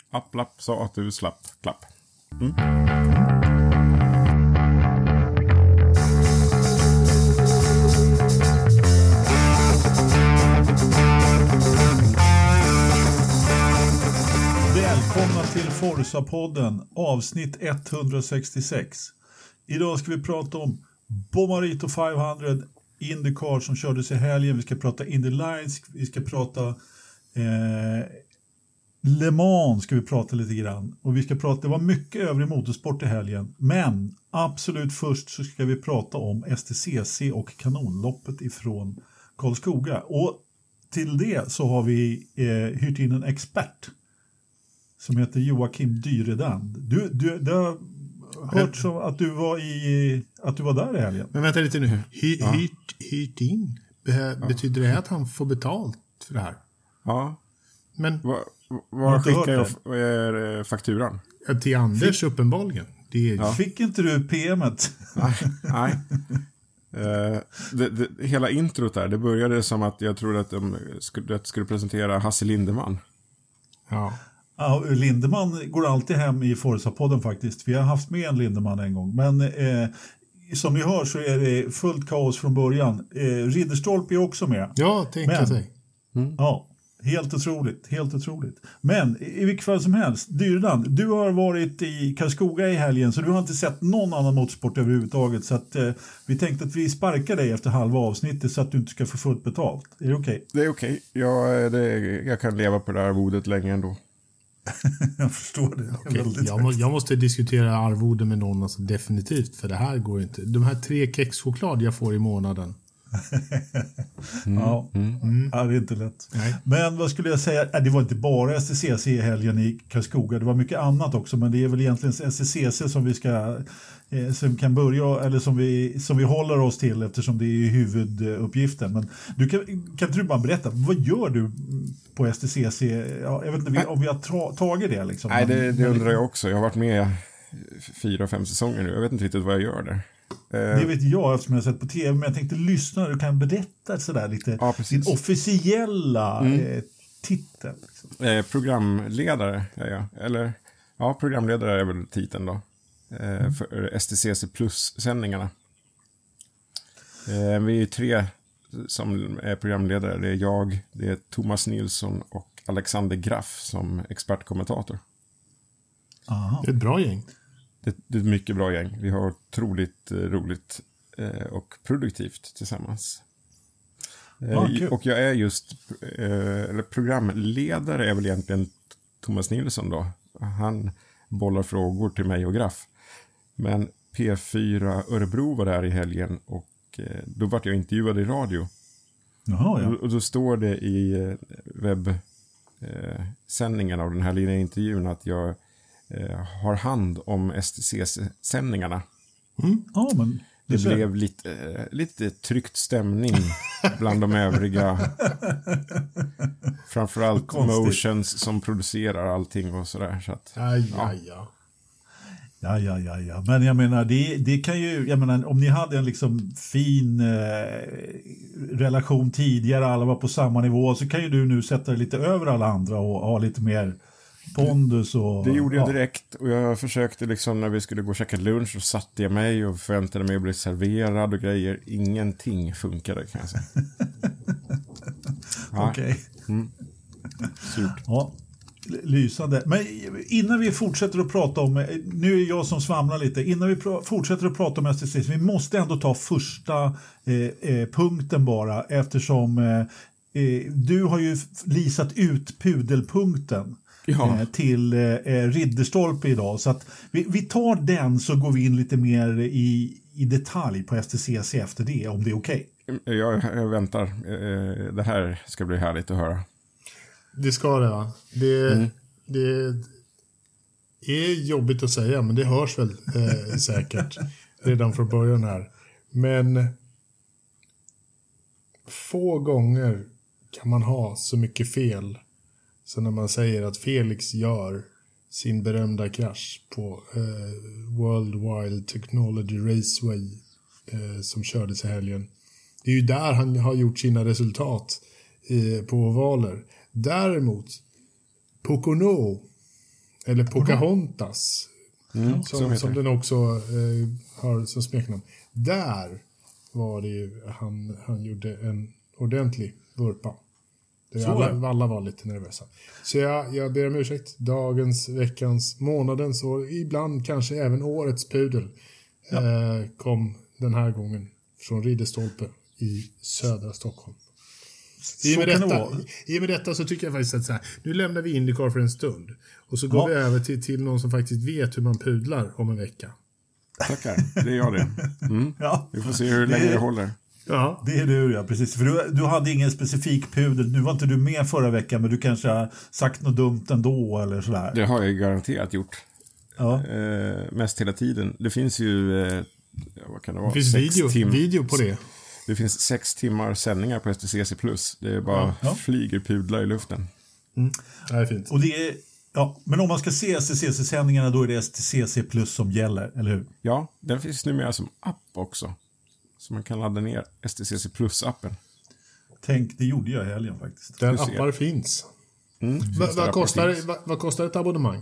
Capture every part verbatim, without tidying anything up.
Applap sa att du slapp klapp. Mm. Välkomna till Forza-podden, avsnitt etthundrasextiosex. Idag ska vi prata om Bomarito femhundra IndyCar som kördes i helgen. Vi ska prata Indy Lights, vi ska prata eh, Le Mans ska vi prata lite grann. Och vi ska prata, det var mycket övrig motorsport i helgen. Men absolut först så ska vi prata om S T C C och kanonloppet ifrån Karlskoga. Och till det så har vi eh, hyrt in en expert som heter Joakim Dyredand. Du, du, det har hört som att du var i att du var där i helgen. Men vänta lite nu. Hy, ja. hyrt, hyrt in? Be- ja. Betyder det att han får betalt för det här? Ja. Men var, var skickar jag f- är fakturan? Ja, till Anders Fick, uppenbarligen. Det är... ja. Fick inte du P M:et? Nej. nej. Uh, det, det, hela introt där, det började som att jag trodde att de skulle, att skulle presentera Hasse Lindemann. Ja. Ja, Lindemann går alltid hem i Forza-podden faktiskt. Vi har haft med en Lindemann en gång. Men eh, som ni hör så är det fullt kaos från början. Eh, Ridderstolpe är också med. Ja, tänker sig. Mm. Ja, helt otroligt. Helt otroligt. Men i vilket fall som helst, Dyrdand, du har varit i Karlskoga i helgen så du har inte sett någon annan motorsport överhuvudtaget. Så att, eh, vi tänkte att vi sparkar dig efter halva avsnittet så att du inte ska få fullt betalt. Är det okej? Okay? Det är okej. Okay. Jag, det, jag kan leva på det här arvodet länge ändå. Jag förstår det. Okay. Jag, må, jag måste diskutera arvode med någon alltså, definitivt, för det här går inte. De här tre kexchoklad jag får i månaden. mm. Ja, mm. ja, det är inte lätt. Nej. Men vad skulle jag säga? Det var inte bara S T C C i helgen i Karlskoga. Det var mycket annat också, men det är väl egentligen S T C C som vi ska eh, som kan börja, eller som vi, som vi håller oss till eftersom det är huvuduppgiften. Men du kan, kan inte du bara berätta, vad gör du på S T C C? Ja, jag vet inte om vi har tra- tagit det liksom. Nej, det, det undrar jag också. Jag har varit med fyra, fem säsonger nu. Jag vet inte riktigt vad jag gör där. Det vet jag eftersom jag har sett på tv, men jag tänkte lyssna, du kan berätta sådär lite, ja, din officiella mm. eh, titel. Liksom. Eh, programledare, ja, ja. Eller ja, programledare är väl titeln då. Eh, mm. För S T C C Plus-sändningarna. Eh, vi är tre som är programledare. Det är jag, det är Thomas Nilsson och Alexander Graff som expertkommentator. Aha. Det är ett bra gäng. Det, det är ett mycket bra gäng. Vi har otroligt eh, roligt eh, och produktivt tillsammans. Eh, ah, och jag är just eh, eller programledare är väl egentligen Thomas Nilsson då. Han bollar frågor till mig och Graff. Men P fyra Örebro var där i helgen och eh, då var jag intervjuad i radio. Jaha, ja. och, och då står det i eh, webbsändningen eh, av den här lilla intervjun att jag Eh, har hand om S T C C-sändningarna. Mm. Ja, men det, det blev lite, eh, lite tryckt stämning bland de övriga. Framförallt Motions som producerar allting och sådär. Så att, aj, ja. Aj, ja. Ja, ja, ja, ja. Men jag menar, det, det kan ju, jag menar, om ni hade en liksom fin eh, relation tidigare, alla var på samma nivå, så kan ju du nu sätta dig lite över alla andra och ha lite mer pondus och... Det gjorde jag ja. direkt och jag försökte liksom när vi skulle gå och käka lunch och satte jag mig och förväntade mig att bli serverad och grejer. Ingenting funkade kan jag säga. ja. Okej. Okay. Mm. Surt. Ja, lysande. Men innan vi fortsätter att prata om, nu är jag som svamlar lite, innan vi pr- fortsätter att prata om S T C C, vi måste ändå ta första eh, eh, punkten bara, eftersom eh, eh, du har ju lisat ut pudelpunkten. Ja. Till eh, Ridderstolpe idag. Så att vi, vi tar den så går vi in lite mer i, i detalj på S T C C efter det, om det är okej. Okay. Jag, jag väntar. Eh, det här ska bli härligt att höra. Det ska det, va? Det, mm. det är jobbigt att säga, men det hörs väl eh, säkert redan från början här. Men få gånger kan man ha så mycket fel. Så när man säger att Felix gör sin berömda krasch på eh, World Wild Technology Raceway eh, som kördes i helgen. Det är ju där han har gjort sina resultat eh, på ovaler. Däremot, Pocono Eller Pocahontas. Mm, som, som den också eh, har som smeknamn. Där var det ju, han, han gjorde en ordentlig vurpa. Där alla, alla var lite nervösa. Så jag, jag ber om ursäkt. Dagens, veckans, månadens och ibland kanske även årets pudel ja. eh, kom den här gången från Ridderstolpe i södra Stockholm. I och, med detta, I och med detta så tycker jag faktiskt att så här, nu lämnar vi IndyCar för en stund. Och så går ja. vi över till, till någon som faktiskt vet hur man pudlar om en vecka. Tackar, det är jag det. Mm. Ja. Vi får se hur länge det, det håller. Ja. Det är du, ja, precis. För du, du hade ingen specifik pudel. Nu var inte du med förra veckan, men du kanske har sagt något dumt ändå eller sådär. Det har jag garanterat gjort. Ja. Eh, mest hela tiden. Det finns ju, eh, vad kan det vara? Det finns sex video, tim- video på det. Det finns sex timmar sändningar på S T C C plus. Det är bara ja. flyger pudlar i luften. Mm. Det är fint. Och det är, ja, men om man ska se S T C C-sändningarna då är det S T C C plus som gäller, eller hur? Ja, den finns numera som app också. Så man kan ladda ner S T C C plus-appen. Tänk, det gjorde jag i helgen faktiskt. Den appar finns. Mm, Va, vad, appar kostar, finns. vad, vad kostar ett abonnemang?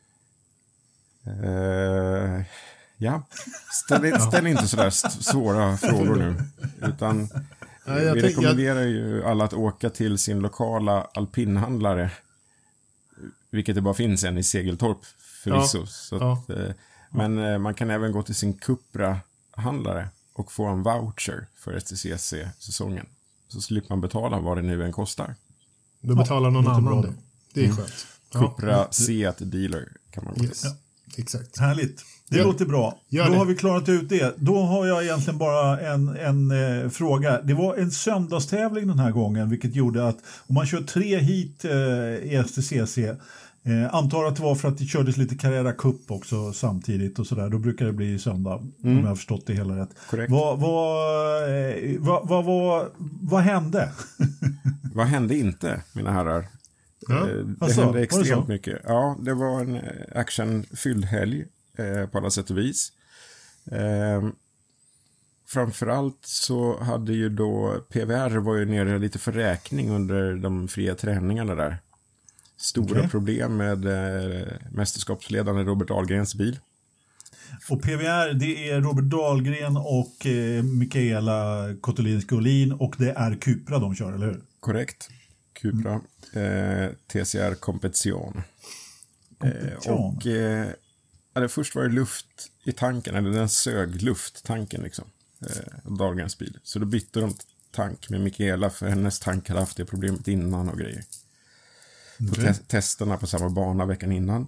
Uh, ja, ställ, ställ inte sådär svåra frågor nu. Utan ja, jag vi tänk, rekommenderar jag... ju alla att åka till sin lokala alpinhandlare. Vilket det bara finns en i Segeltorp förvisso. Ja, så ja. att, uh, men uh, man kan även gå till sin Cupra-handlare och få en voucher för S T C C-säsongen. Så slipper man betala vad det nu än kostar. Då betalar någon ja, annan det. Det är mm. skönt. Cupra ja. Seat Dealer kan man gå yes. till. Ja. Exakt. Härligt. Det ja. låter bra. Gör Då det. har vi klarat ut det. Då har jag egentligen bara en, en eh, fråga. Det var en söndagstävling den här gången, vilket gjorde att om man kör tre hit eh, i S T C C, eh, antar att det var för att det kördes lite Carrera Cup också samtidigt och sådär. Då brukar det bli söndag, mm. om jag har förstått det hela rätt. Korrekt. Vad, vad, eh, vad, vad, vad, vad hände? Vad hände inte, mina herrar? Ja. Det Alltså, hände var extremt det så? mycket. Ja, det var en actionfylld helg eh, på alla sätt och vis. Eh, framförallt så hade ju då P V R var ju nere lite för räkning under de fria träningarna där. Stora Okay. problem med eh, mästerskapsledande Robert Dahlgrens bil. Och P V R, det är Robert Dahlgren och eh, Mikaela Kotolinski-Olin och det är Cupra de kör, eller hur? Korrekt. Cupra. Eh, T C R Competition. Eh, och eh, eller först var det luft i tanken, eller den sög lufttanken liksom. Eh, Dahlgrens bil. Så då bytte de tank med Mikaela, för hennes tank hade haft det problemet innan och grejer. På Okay. te- testerna på samma bana veckan innan.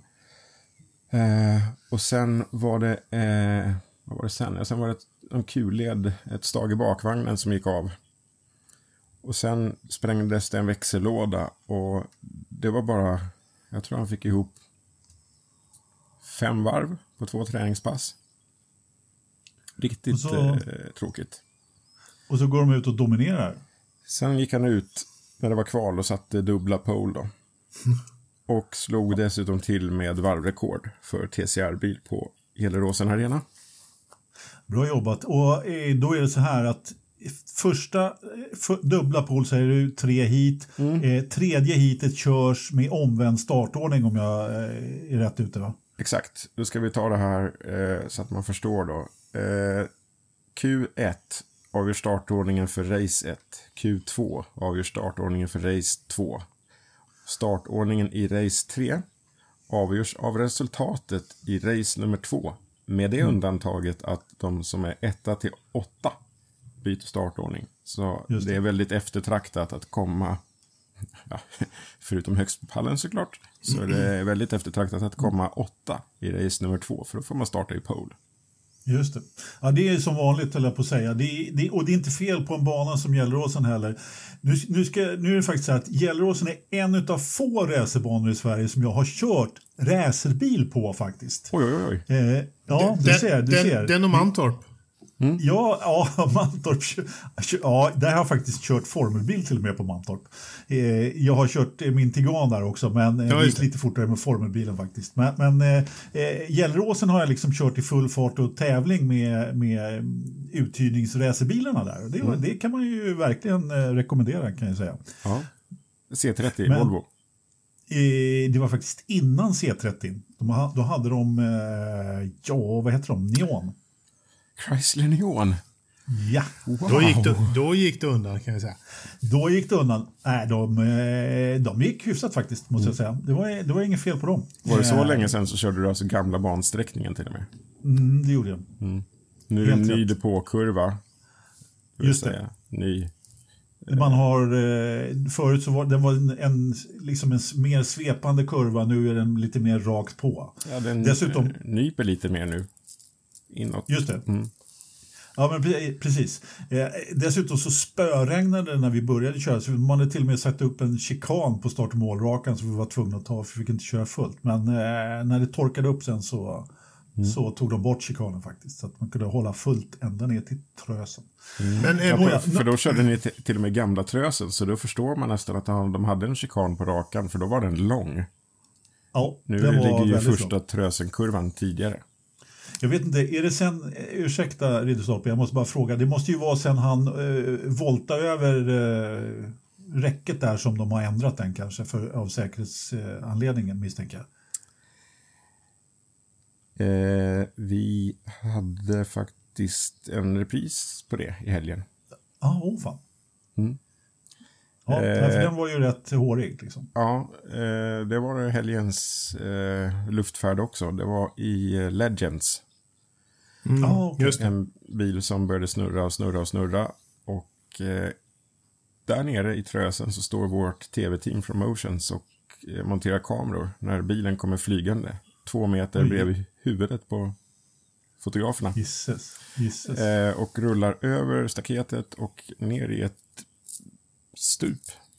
Eh, och sen var det eh, vad var det sen? Ja, sen var det ett, en Q-led, ett stag i bakvagnen som gick av. Och sen sprängdes det en växellåda och det var bara, jag tror han fick ihop fem varv på två träningspass. Riktigt så, eh, tråkigt. Och så går de ut och dominerar. Sen gick han ut när det var kval och satte dubbla pole då. Och slog dessutom till med varvrekord för T C R-bil på Gelleråsen Arena. Bra jobbat. Och eh, då är det så här att första för, dubbla pole så är det tre hit. Mm. Eh, tredje hitet körs med omvänd startordning om jag eh, är rätt ute, va? Exakt. Då ska vi ta det här eh, så att man förstår då. Eh, Q ett avgör startordningen för race ett. Q två avgör startordningen för race två. Startordningen i race tre avgörs av resultatet i race nummer två. Med det mm. undantaget att de som är etta till åtta byter startordning. Så det. det är väldigt eftertraktat att komma, ja, förutom högst på pallen såklart, så är det väldigt eftertraktat att komma åtta i race nummer två, för då får man starta i pole. Just det. Ja, det är som vanligt, höll jag på att säga. Det, det, och det är inte fel på en bana som Gelleråsen heller. Nu, nu, ska, nu är det faktiskt så här att Gelleråsen är en av få racerbanor i Sverige som jag har kört racerbil på faktiskt. Oj, oj, oj. Eh, ja, den, du ser. Du den, ser. Den och Mantorp. Mm. Ja, ja, Mantorp. Ja, där har jag faktiskt kört formelbil till och med på Mantorp. Eh, jag har kört eh, min Tigan där också, men eh, ja, gick lite fortare med formelbilen faktiskt. Men, men eh, Gelleråsen har jag liksom kört i full fart och tävling med, med uthyrningsracerbilarna där. Det, mm. det kan man ju verkligen eh, rekommendera, kan jag säga. Ja. C trettio men, Volvo. Eh, det var faktiskt innan C trettio. De, ha- då hade de, eh, ja vad heter de, Neon. Chrysler Neon. Ja, Wow. Då, gick det, då gick det undan kan jag säga. då gick det undan. Nej, de, eh, de gick hyfsat faktiskt, måste jag säga. Det var, det var inget fel på dem. Var det så Eh, länge sedan så körde du alltså gamla bansträckningen till och med? Mm, det gjorde jag. Nu är det en Helt ny rätt. depåkurva. vill Just det. säga. Ny. Man har, eh, förut så var den var en, en, liksom en s- mer svepande kurva, nu är den lite mer rakt på. Ja, den Dessutom- eh, nyper lite mer nu. Inåt. Just det. Mm. Ja, men pre- precis. Eh, dessutom så spöregnade det när vi började köra, så man hade till och med satt upp en chikan på start- och målrakan som vi var tvungna att ta, för vi fick inte köra fullt. Men eh, när det torkade upp sen så, så tog de bort chikanen faktiskt, så att man kunde hålla fullt ända ner till Trösen. Men Ja, eh, för, ja. för då körde ni till, till och med gamla Trösen, så då förstår man nästan att de hade en chikan på rakan, för då var den lång. Ja, Nu den var ligger ju väldigt första bra. Trösenkurvan tidigare. Jag vet inte, är det sen, eh, ursäkta Ridderstolpe, jag måste bara fråga, det måste ju vara sen han eh, voltade över eh, räcket där som de har ändrat den kanske, för, av säkerhetsanledningen misstänker jag. Eh, vi hade faktiskt en repris på det i helgen. Ja, ah, oh fan. Mm. Ja, Eh. för den var ju rätt hårig liksom. Ja, eh, det var helgens eh, luftfärd också. Det var i eh, Legends. mm, Ja, okej. just det. En bil som började snurra och snurra och snurra. Och eh, där nere i Trösen så står vårt tv-team från Motions och eh, monterar kameror när bilen kommer flygande. Två meter Oj. bredvid huvudet på fotograferna. Gisses, gisses. Eh, och rullar över staketet och ner i ett stup.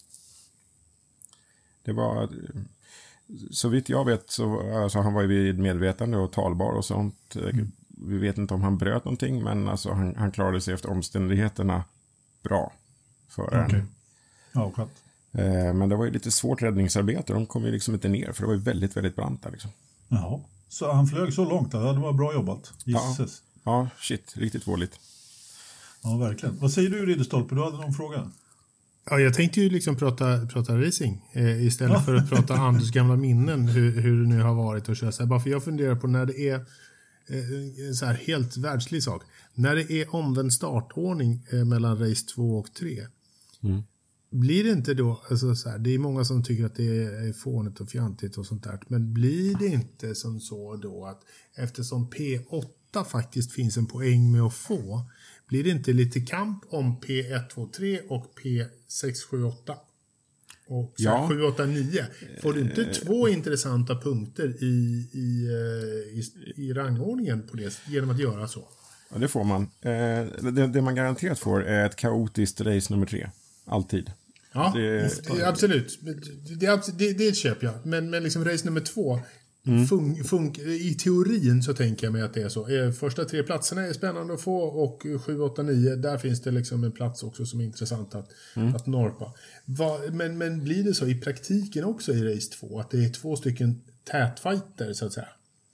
Det var, så vitt jag vet så alltså, han var ju vid medvetande och talbar och sånt. Mm. Vi vet inte om han bröt någonting, men alltså, han, han klarade sig efter omständigheterna bra. För Okej. Ja, skönt. eh, men det var ju lite svårt räddningsarbete. De kom ju liksom inte ner, för det var ju väldigt, väldigt brant där liksom. Jaha. Så han flög så långt, ja, det var bra jobbat. Gisses. Ja, shit, riktigt våligt. Ja, verkligen. Vad säger du Ridderstolpe? Du hade någon fråga? Ja, jag tänkte ju liksom prata, prata racing eh, istället för att prata Anders gamla minnen, hur, hur det nu har varit att köra så här. Bara för jag funderar på när det är eh, så här helt världslig sak. När det är omvänd startordning eh, mellan race två och tre. Mm. Blir det inte då, alltså så här, det är många som tycker att det är fånigt och fjantigt och sånt där. Men blir det inte som så då att eftersom P åtta faktiskt finns en poäng med att få, blir det inte lite kamp om P ett, två, tre och P sex, sju, åtta? Och så Ja. sju, åtta, nio. Får du inte två intressanta punkter i, i, eh, i, i rangordningen på det genom att göra så? Ja, det får man. Eh, det, det man garanterat får är ett kaotiskt race nummer tre. Alltid. Ja, Det- det, absolut. Det, det, det köper jag. Men, men liksom race nummer två, Mm. fun, fun, i teorin så tänker jag mig att det är så. Eh, Första tre platserna är spännande att få och sju, åtta, nio, där finns det liksom en plats också som är intressant att, Mm. att norpa. Va, men, men blir det så i praktiken också i race två, att det är två stycken tätfighter så att säga?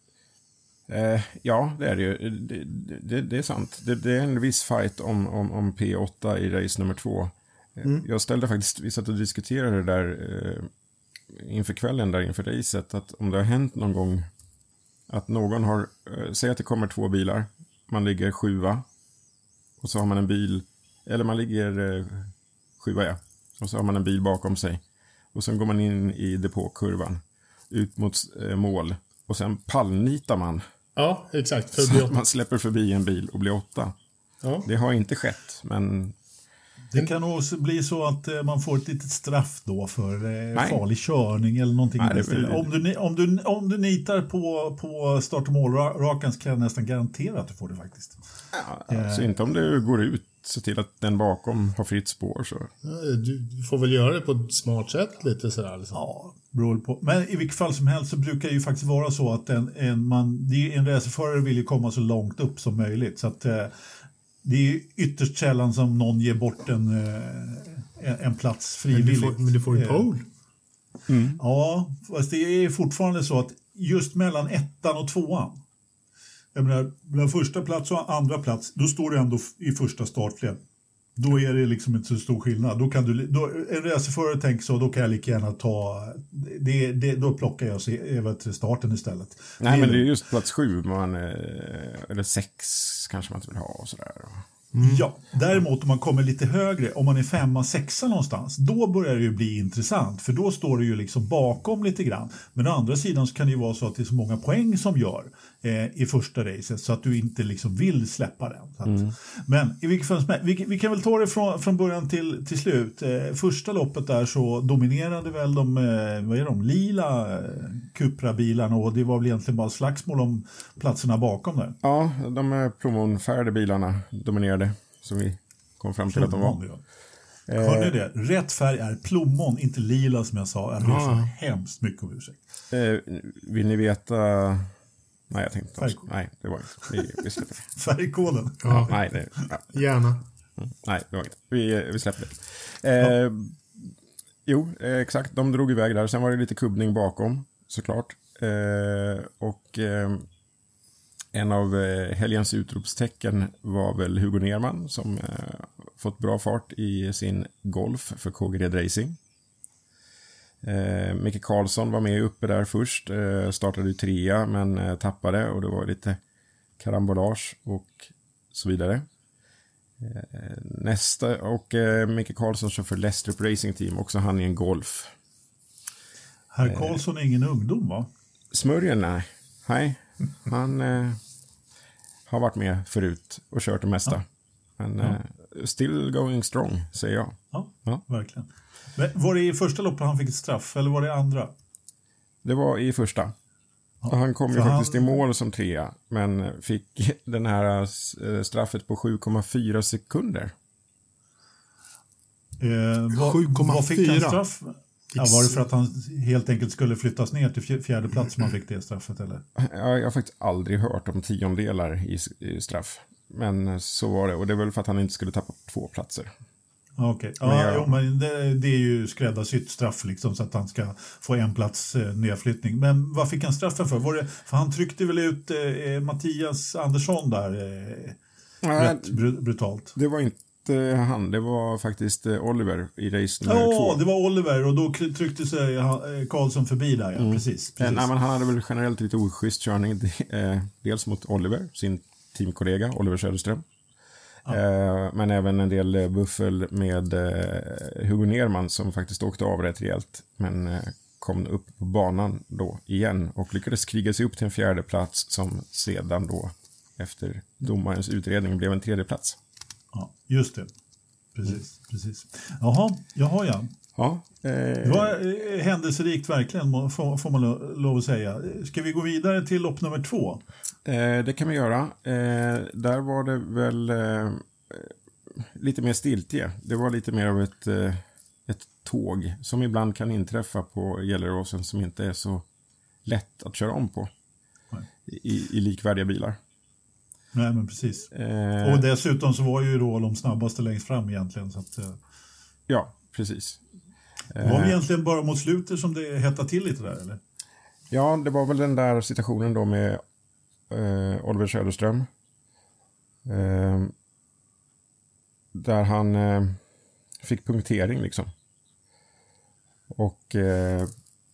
Eh, ja, det är det ju. Det, det, det är sant. Det, det är en viss fight om, om, om P åtta i race nummer två. Eh, Mm. Jag ställde faktiskt, vi satt och diskuterade det där eh, inför kvällen där inför racet, att om det har hänt någon gång att någon har, eh, säg att det kommer två bilar, man ligger sjua och så har man en bil, eller man ligger eh, sjua ja, och så har man en bil bakom sig och sen går man in i depåkurvan ut mot eh, mål och sen pallnitar man Ja, exakt. För så att man släpper förbi en bil och blir åtta. ja. Det har inte skett, men Det kan nog bli så att eh, man får ett litet straff då för eh, Nej. farlig körning eller någonting. Nej, i det- den stilen. om, du, ni- om, du, om du nitar på, på start- och målrakan så kan jag nästan garantera att du får det faktiskt. alltså inte om du går ut, se till att den bakom har fritt spår så. Du, du får väl göra det på ett smart sätt lite sådär. Liksom. Ja, beror på. Men i vilket fall som helst så brukar det ju faktiskt vara så att en, en, man, det är, en racerförare vill ju komma så långt upp som möjligt. Så att eh, det är ju ytterst sällan som någon ger bort en, eh, en, en plats Men du frivilligt. får, men du får ju Eh, pole. Ja, fast det är fortfarande så att just mellan ettan och tvåan, jag menar, mellan första plats och andra plats, då står du ändå f- i första startled. Då är det liksom inte så stor skillnad. Då kan du, då, en racerförare tänker så, då kan jag lika gärna ta, det, det, då plockar jag över till starten istället. Nej, det men det är just plats sju, man, eller sex kanske man inte vill ha och sådär. Mm. Ja, däremot om man kommer lite högre, om man är femma, sexa någonstans, då börjar det ju bli intressant, för då står det ju liksom bakom lite grann. Men å andra sidan så kan det ju vara så att det är så många poäng som gör eh, i första racet så att du inte liksom vill släppa den. Så att, mm. Men i vilket fall som helst, vi, vi kan väl ta det från, från början till, till slut. Eh, första loppet där så dominerade väl de, eh, vad är de, lila eh, Cupra-bilarna, och det var väl egentligen bara slagsmål om platserna bakom där. Ja, de plommonfärgade bilarna dominerade, som vi kom fram till plommon, att de var. Ja. Eh, Hör ni det? Rätt färg är plommon, inte lila som jag sa. Jag ber så hemskt mycket om ursäkt. Eh, vill ni veta... Nej, jag tänkte inte. Nej, det var inte. Vi, vi släpper det. Färgkoden? Ja, nej, det, ja. Gärna. Mm, nej, det var inte. Vi, vi släpper det. Eh, ja. Jo, eh, exakt. De drog iväg där. Sen var det lite kubbning bakom, såklart. Eh, och... Eh, En av eh, helgens utropstecken var väl Hugo Nerman som eh, fått bra fart i sin Golf för K G Red Racing. Eh, Micke Karlsson var med uppe där först, eh, startade ju trea men eh, tappade och det var lite karambolage och så vidare. Eh, nästa, och eh, Micke Karlsson kör för Lestrup Racing Team, också han i en Golf. Herr Karlsson är ingen ungdom, va? Smörjen, nej. Nej. Han eh, har varit med förut och kört det mesta. Ja. Men ja. eh, still going strong, säger jag. Ja, ja. Verkligen. Men var det i första loppet han fick ett straff, eller var det andra? Det var i första. Ja. Han kom ju han... faktiskt i mål som trea, men fick den här straffet på sju komma fyra sekunder. Eh, vad, sju komma fyra? Vad fick han straff? Ja, var det för att han helt enkelt skulle flyttas ner till fjärde plats som han fick det straffet, eller? Ja, jag har faktiskt aldrig hört om tiondelar i, i straff. Men så var det, och det är väl för att han inte skulle tappa två platser. Okej, okay. Ja, men, jag... jo, men det, det är ju skräddarsytt straff liksom, så att han ska få en plats eh, nedflyttning. Men vad fick han straffen för? Var det, för han tryckte väl ut eh, Mattias Andersson där eh, Nej, rätt br- brutalt. Det var inte han, det var faktiskt Oliver i race nummer ja, två. Ja, det var Oliver och då tryckte sig Karlsson förbi där, ja, mm. precis. precis. Nej, men han hade väl generellt lite oschysst körning, dels mot Oliver, sin teamkollega Oliver Söderström. Ja. Men även en del buffel med Hugo Nerman som faktiskt åkte av rätt rejält, men kom upp på banan då igen och lyckades kriga sig upp till en fjärde plats som sedan då efter domarens utredning blev en tredje plats. Ja, just det. Precis, precis. Jaha, jaha ja. Ja, eh... Det var händelserikt verkligen, får, får man lov att säga. Ska vi gå vidare till lopp nummer två? Eh, det kan vi göra. Eh, där var det väl eh, lite mer stiltje. Det var lite mer av ett, eh, ett tåg som ibland kan inträffa på Gelleråsen som inte är så lätt att köra om på i, i likvärdiga bilar. Nej, men precis. Eh, och dessutom så var ju då de snabbaste längst fram egentligen. Så att, eh, ja, precis. Det var eh, egentligen bara mot slutet som det hettade till lite där, eller? Ja, det var väl den där situationen då med eh, Oliver Söderström. Eh, där han eh, fick punktering liksom. Och eh,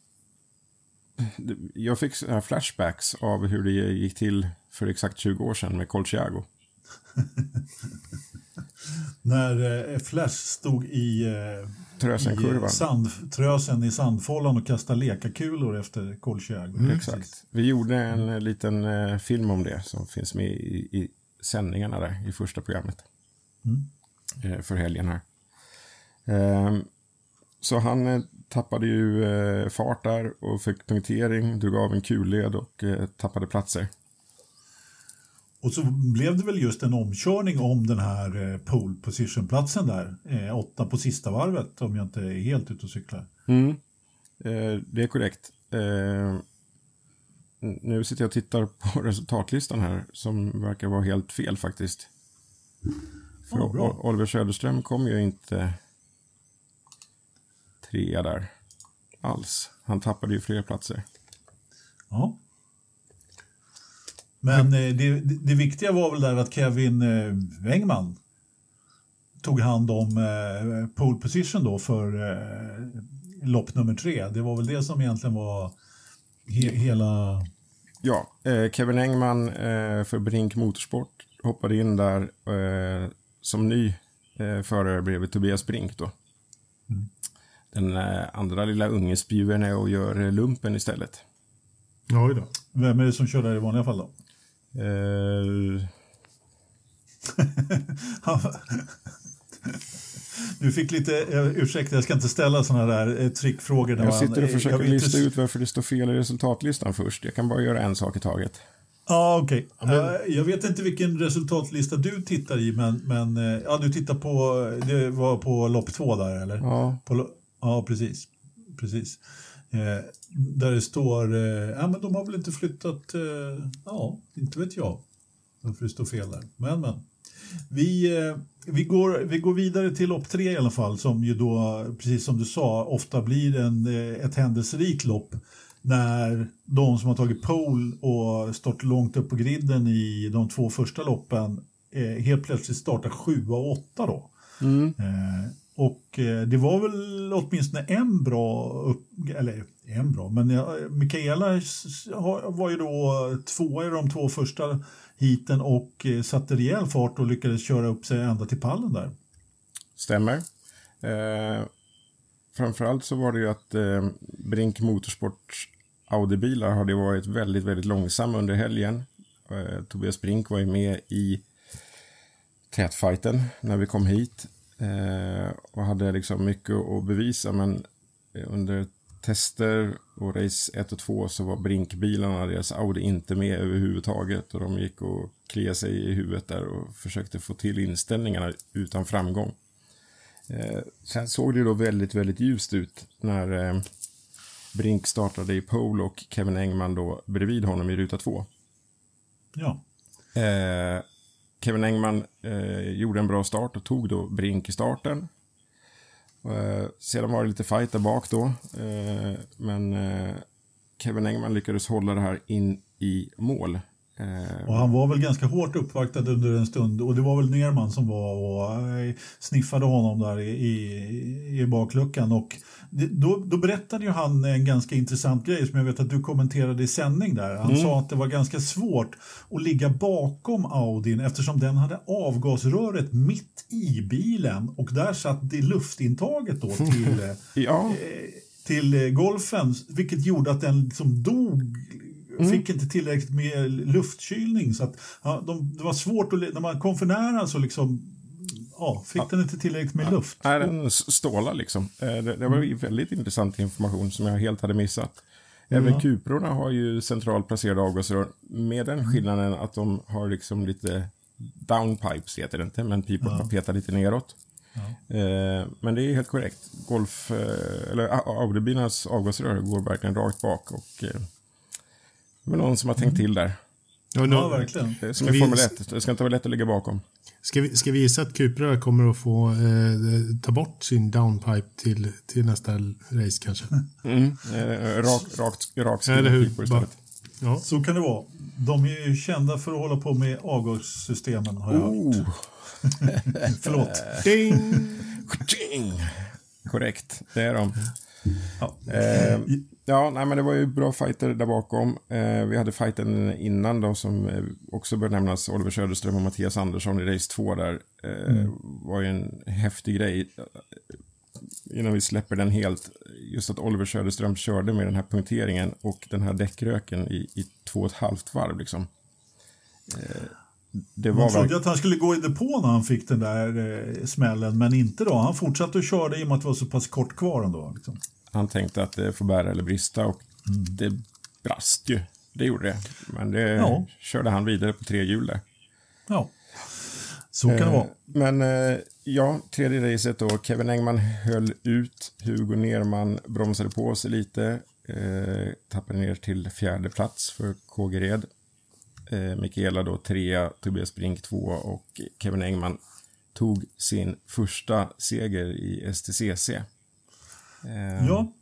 jag fick såna här flashbacks av hur det gick till för exakt tjugo år sedan med Colchiago. När eh, Flash stod i, eh, Trösenkurvan. i sand, Trösen i sandfållan och kastade lekakulor efter Colchiago. Mm, exakt. Vi gjorde en mm. liten eh, film om det som finns med i, i sändningarna där i första programmet. Mm. Eh, för helgen här. Eh, så han eh, tappade ju eh, fart där och fick punktering, drog av en kulled och eh, tappade platser. Och så blev det väl just en omkörning om den här eh, pole position-platsen där. Eh, åtta på sista varvet, om jag inte är helt ute och cyklar. Mm. Eh, det är korrekt. Eh, nu sitter jag och tittar på resultatlistan här som verkar vara helt fel faktiskt. För oh, Oliver Söderström kom ju inte trea där alls. Han tappade ju fler platser. Ja. Men eh, det, det viktiga var väl där att Kevin eh, Wengman tog hand om eh, pole position då för eh, lopp nummer tre. Det var väl det som egentligen var he- hela... Ja, eh, Kevin Engman eh, för Brink Motorsport hoppade in där eh, som ny eh, förare bredvid Tobias Brink då. Mm. Den eh, andra lilla unge spjuvern är och gör eh, lumpen istället. Oj då. Vem är det som kör där i vanliga fall då? Eh... Du fick lite, ursäkta, jag ska inte ställa såna där eh, trickfrågor. När jag sitter och försöker lista inte... ut varför det står fel i resultatlistan först. Jag kan bara göra en sak i taget. Ja, ah, okej. Okay. Men... Uh, jag vet inte vilken resultatlista du tittar i, men, men uh, ja, du tittar på, det var på lopp två där, eller? Ja. På lo... Ja, precis. Precis. Uh, där det står, uh, ja men de har väl inte flyttat, uh, ja, inte vet jag varför det står fel där. Men, men. Vi, vi, går, vi går vidare till lopp tre i alla fall, som ju då, precis som du sa, ofta blir en, ett händelserikt lopp när de som har tagit pole och stått långt upp på griden i de två första loppen eh, helt plötsligt startar sju och åtta då. Mm. Eh, och eh, det var väl åtminstone en bra, upp, eller en bra, men eh, Mikaela var ju då två i de två första hiten och eh, satte rejäl fart och lyckades köra upp sig ända till pallen där. Stämmer. Eh, framförallt så var det ju att eh, Brink Motorsport Audi-bilar hade varit väldigt, väldigt långsamma under helgen. Eh, Tobias Brink var ju med i tätfighten när vi kom hit eh, och hade liksom mycket att bevisa, men under tester och race ett och två så var Brink-bilarna, deras Audi, inte med överhuvudtaget, och de gick och kliade sig i huvudet där och försökte få till inställningarna utan framgång. Eh, sen såg det då väldigt, väldigt ljust ut när eh, Brink startade i pole och Kevin Engman då bredvid honom i ruta två. Ja. Eh, Kevin Engman eh, gjorde en bra start och tog då Brink i starten. Eh, sedan var det lite fight där bak då. Eh, men eh, Kevin Engman lyckades hålla det här in i mål. Och han var väl ganska hårt uppvaktad under en stund, och det var väl Nerman som var och sniffade honom där i, i, i bakluckan, och det, då, då berättade ju han en ganska intressant grej som jag vet att du kommenterade i sändning där. Han mm. sa att det var ganska svårt att ligga bakom Audin eftersom den hade avgasröret mitt i bilen, och där satt det luftintaget då till, ja. till golfen, vilket gjorde att den liksom dog. Mm. Fick inte tillräckligt med luftkylning, så att ja, de, det var svårt att, när man kom för nära så liksom ja, fick ja. den inte tillräckligt med ja. luft. Nej, den stålar liksom. Det, det var mm. väldigt intressant information som jag helt hade missat. Även mm. Cuprorna har ju centralt placerade avgasrör, med den skillnaden att de har liksom lite downpipes, heter det inte, men piporna ja. petar lite neråt. Ja. Eh, men det är helt korrekt. Golf, eh, eller Audi-bilarnas avgasrör går verkligen rakt bak, och eh, men någon som har tänkt till där. Ja, no, ja verkligen. Som i Formel ett. Det ska inte vara lätt att ligga bakom. Ska vi, ska vi gissa att Cupra kommer att få eh, ta bort sin downpipe till, till nästa race kanske? Mm. Eh, rak, rakt, rakt Eller hur? istället. Ja. Så kan det vara. De är ju kända för att hålla på med avgassystemen, har jag oh. hört. Förlåt. Ding. Ding. Korrekt, det är de. Ja. Eh, ja, nej, men det var ju bra fighter där bakom. Eh, vi hade fighten innan då som eh, också bör nämnas, Oliver Söderström och Mattias Andersson i race två där. Eh, mm. var ju en häftig grej. Innan vi släpper den helt, just att Oliver Söderström körde med den här punkteringen och den här däckröken i, i två och ett halvt varv liksom. Eh, Det var Man trodde att han skulle gå i depå när han fick den där eh, smällen, men inte då. Han fortsatte att köra i och med att det var så pass kort kvar ändå. Liksom. Han tänkte att det får bära eller brista, och mm. det brast ju. Det gjorde det. Men det ja. körde han vidare på tre hjul där. Ja, så kan eh, det vara. Men eh, ja, tredje racet då. Kevin Engman höll ut. Hugo Nerman bromsade på sig lite. Eh, tappade ner till fjärde plats för Kågered. Eh, Mikaela då trea, Tobias Brink två, och Kevin Engman tog sin första seger i S T C C. Eh, ja.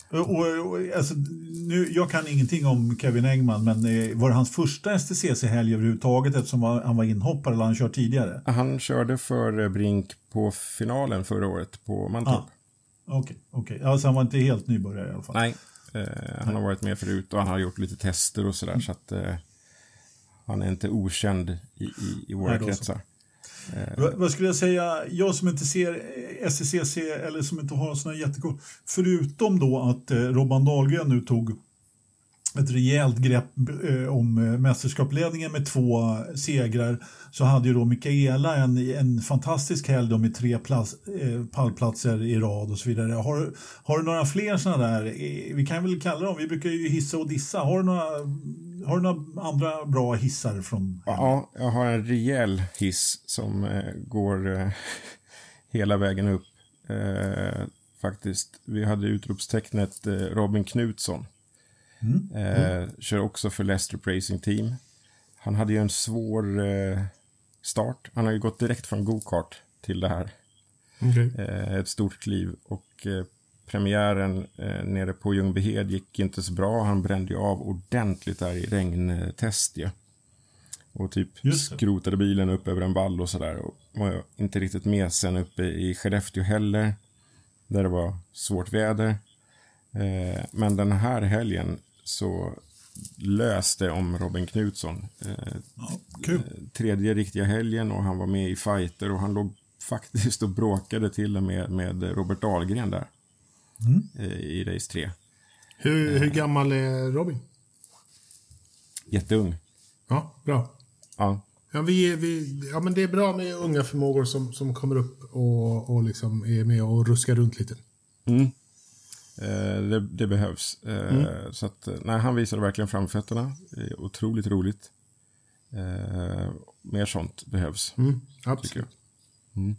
Och, och, och, alltså, nu, jag kan ingenting om Kevin Engman, men eh, var det hans första S T C C-helg överhuvudtaget eftersom han var inhoppare eller han kört tidigare? Han körde för Brink på finalen förra året på Mantorp. Ah, Okej, okay, okay. Alltså han var inte helt nybörjare i alla fall. Nej, eh, han har varit med förut och han har gjort lite tester och sådär, mm. så att eh, han är inte okänd i, i, i våra Nej, kretsar. Eh. Vad skulle jag säga, jag som inte ser S T C C eller som inte har såna jättekoll, förutom då att eh, Robban Dahlgren nu tog ett rejält grepp eh, om eh, mästerskapsledningen med två segrar, så hade ju då Mikaela en, en fantastisk helg då med tre plats, eh, pallplatser i rad och så vidare. Har, har du några fler sådana där, eh, vi kan väl kalla dem, vi brukar ju hissa och dissa, har du några, har du några andra bra hissar från? Ja, jag har en rejäl hiss som eh, går eh, hela vägen upp. Eh, faktiskt, vi hade utropstecknet eh, Robin Knutsson. Mm. Mm. Eh, kör också för Leicester Racing Team. Han hade ju en svår eh, start. Han har ju gått direkt från go-kart till det här. Okay. Eh, ett stort kliv. Och eh, premiären eh, nere på Ljungbyhed gick inte så bra. Han brände ju av ordentligt där i regntest. Ja. Och typ skrotade bilen upp över en vall och sådär. Och var inte riktigt med sen uppe i Skellefteå heller. Där det var svårt väder. Eh, men den här helgen så löste om Robin Knutsson. Eh, ja, kul. Tredje riktiga helgen och han var med i fighter och han låg faktiskt och bråkade till och med med Robert Dahlgren där. Mm. Eh, i race tre. Hur, eh, hur gammal är Robin? Jätteung. Ja, bra. Ja. Ja, vi, vi, ja, men det är bra med unga förmågor som, som kommer upp och, och liksom är med och ruskar runt lite. Mm. Eh, det, det behövs. Eh, mm. Så att, nej, han visade verkligen framfötterna. Eh, otroligt roligt. Eh, mer sånt behövs. Mm. Absolut. Mm.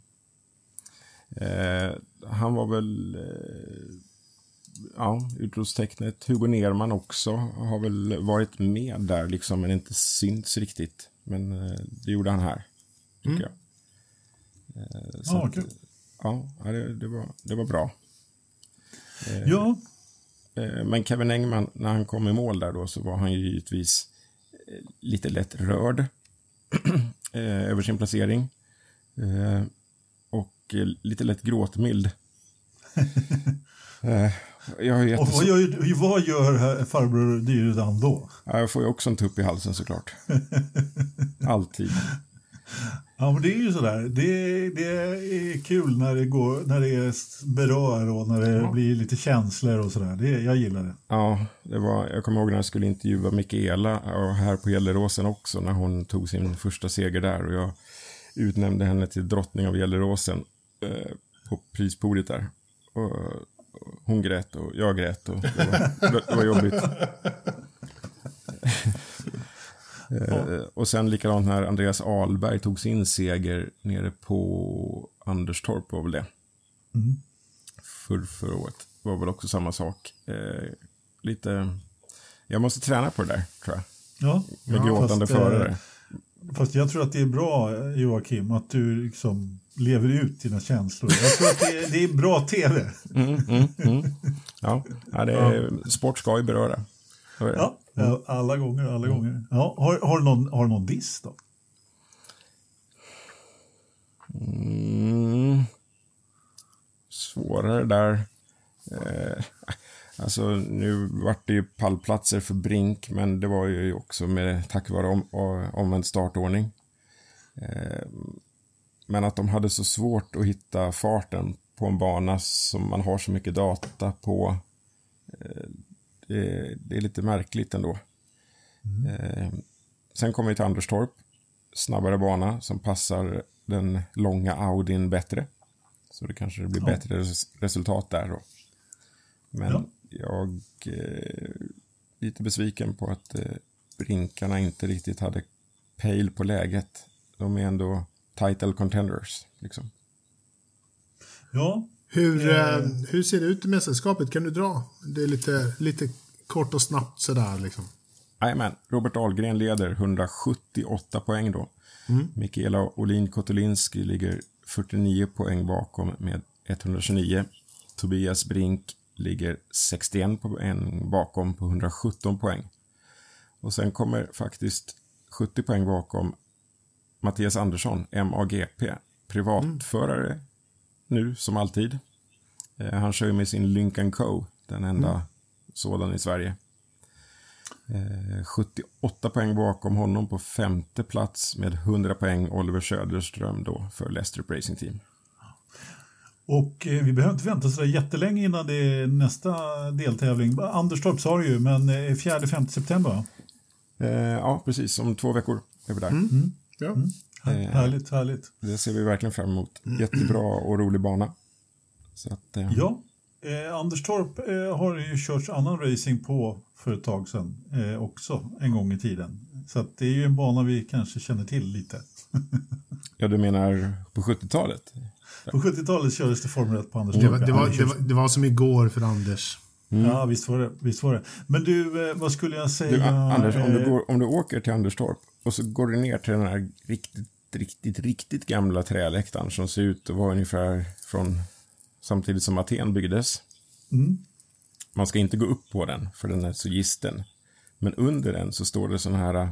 Eh, han var väl eh, ja, utropstecknet. Hugo Nerman också har väl varit med där liksom, men inte synts riktigt. Men eh, det gjorde han här, tycker mm. jag. Eh, så ah, att, okay. Ja, det, det, var, det var bra. Eh, ja. Eh, men Kevin Engman, när han kom i mål där då, så var han ju givetvis eh, lite lätt rörd eh, över sin placering. Eh, och eh, lite lätt gråtmild. eh, jag har och vad gör, vad gör farbror Dyredam då? Jag får ju också en tupp i halsen såklart. Alltid. Ja, men det är ju sådär. Det, det är kul när det går, när det är berör och när det ja. blir lite känslor och sådär. Det, jag gillar det. Ja, det var, jag kommer ihåg när jag skulle intervjua Mikaela och här på Gelleråsen också när hon tog sin första seger där och jag utnämnde henne till drottning av Gelleråsen eh, på prispodiet där. Och hon grät och jag grät och det var, det var jobbigt. eh, och sen likadant när Andreas Ahlberg tog sin seger nere på Anderstorp var väl det. Mm. För, förra året var väl också samma sak. Eh, lite, jag måste träna på det där, tror jag. Ja, med ja, gråtande fast, förare. Fast jag tror att det är bra, Joakim, att du liksom lever ut dina känslor. Jag tror att det är, det är bra tv. Mm, mm, mm. Ja, ja, det är, sport ska ju beröra. Ja, ja, alla gånger, alla mm. gånger. Ja, har, har, du någon, har du någon diss då? Mm. Svårare där. Eh, alltså nu vart det ju pallplatser för Brink, men det var ju också med tack vare om, om en startordning. Eh, men att de hade så svårt att hitta farten på en bana som man har så mycket data på, eh, det, det är lite märkligt ändå. Mm. Eh, sen kommer vi till Anderstorp, snabbare bana som passar den långa Audin bättre. Så det kanske blir ja. bättre res- resultat där då. Men ja. jag är eh, lite besviken på att eh, Brinkarna inte riktigt hade pejl på läget. De är ändå title contenders liksom. Ja. Hur, eh, hur ser det ut i mästerskapet? Kan du dra? Det är lite, lite kort och snabbt sådär liksom. Jajamän, Robert Ahlgren leder hundrasjuttioåtta poäng då. Mm. Mikaela Olin Kotolinski ligger fyrtionio poäng bakom med etthundratjugonio. Tobias Brink ligger sextioen poäng bakom på hundrasjutton poäng. Och sen kommer faktiskt sjuttio poäng bakom Mattias Andersson, M A G P. Privatförare mm. nu som alltid. Eh, han kör ju med sin Lincoln Co. Den enda mm. sådan i Sverige. Eh, sjuttioåtta poäng bakom honom på femte plats med hundra poäng Oliver Söderström då för Leicester Racing Team. Och eh, vi behöver inte vänta så där jättelänge innan det är nästa deltävling. Anderstorp sa det ju, men eh, fjärde femte september. Eh, ja, precis. Om två veckor är vi där. Mm. Mm. Ja. Mm. Eh, härligt, härligt. Det ser vi verkligen fram emot. Jättebra och rolig bana. Så att, eh. Ja, eh, Anderstorp eh, har ju kört annan racing på för ett tag sedan eh, också en gång i tiden. Så att det är ju en bana vi kanske känner till lite. Ja, du menar på sjuttiotalet? På sjuttiotalet kördes det Formel ett på Anderstorp. Det var, det, var, det, var, det var som igår för Anders. Mm. Ja, visst var det. Visst var det. Men du, vad skulle jag säga? Du, Anders, om du, går, om du åker till Anderstorp och så går du ner till den här riktigt, riktigt, riktigt gamla träläktaren som ser ut att vara ungefär från samtidigt som Aten byggdes. Mm. Man ska inte gå upp på den för den är så gisten. Men under den så står det sån här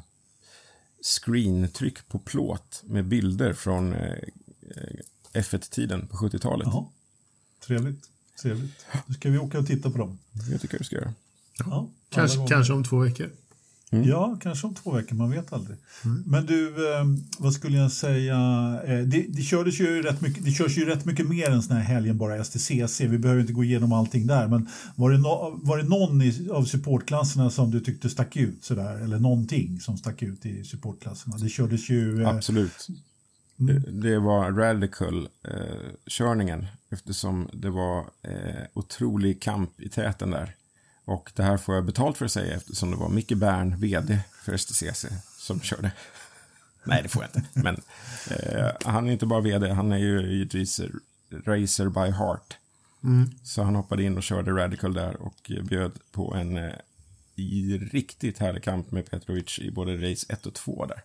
screentryck på plåt med bilder från eh, F ett-tiden på sjuttiotalet. Ja, trevligt. Trevligt. Nu ska vi åka och titta på dem. Jag tycker du ska göra. Ja, kanske, kanske om två veckor. Mm. Ja, kanske om två veckor, man vet aldrig. Mm. Men du, eh, vad skulle jag säga? Eh, det, det, kördes ju rätt mycket, det körs ju rätt mycket mer än sån här helgen bara S T C C. Vi behöver inte gå igenom allting där. Men var det, no, var det någon i, av supportklasserna som du tyckte stack ut sådär? Eller någonting som stack ut i supportklasserna? Det kördes ju... Eh, Absolut. Mm. Det, det var Radical-körningen. Eh, eftersom det var eh, otrolig kamp i täten där. Och det här får jag betalt för att säga eftersom det var Micke Bern, vd för S T C C, som körde. Nej, det får jag inte. Men eh, han är inte bara vd, han är ju givetvis racer by heart. Mm. Så han hoppade in och körde Radical där och bjöd på en eh, riktigt härlig kamp med Petrovic i både race ett och två där.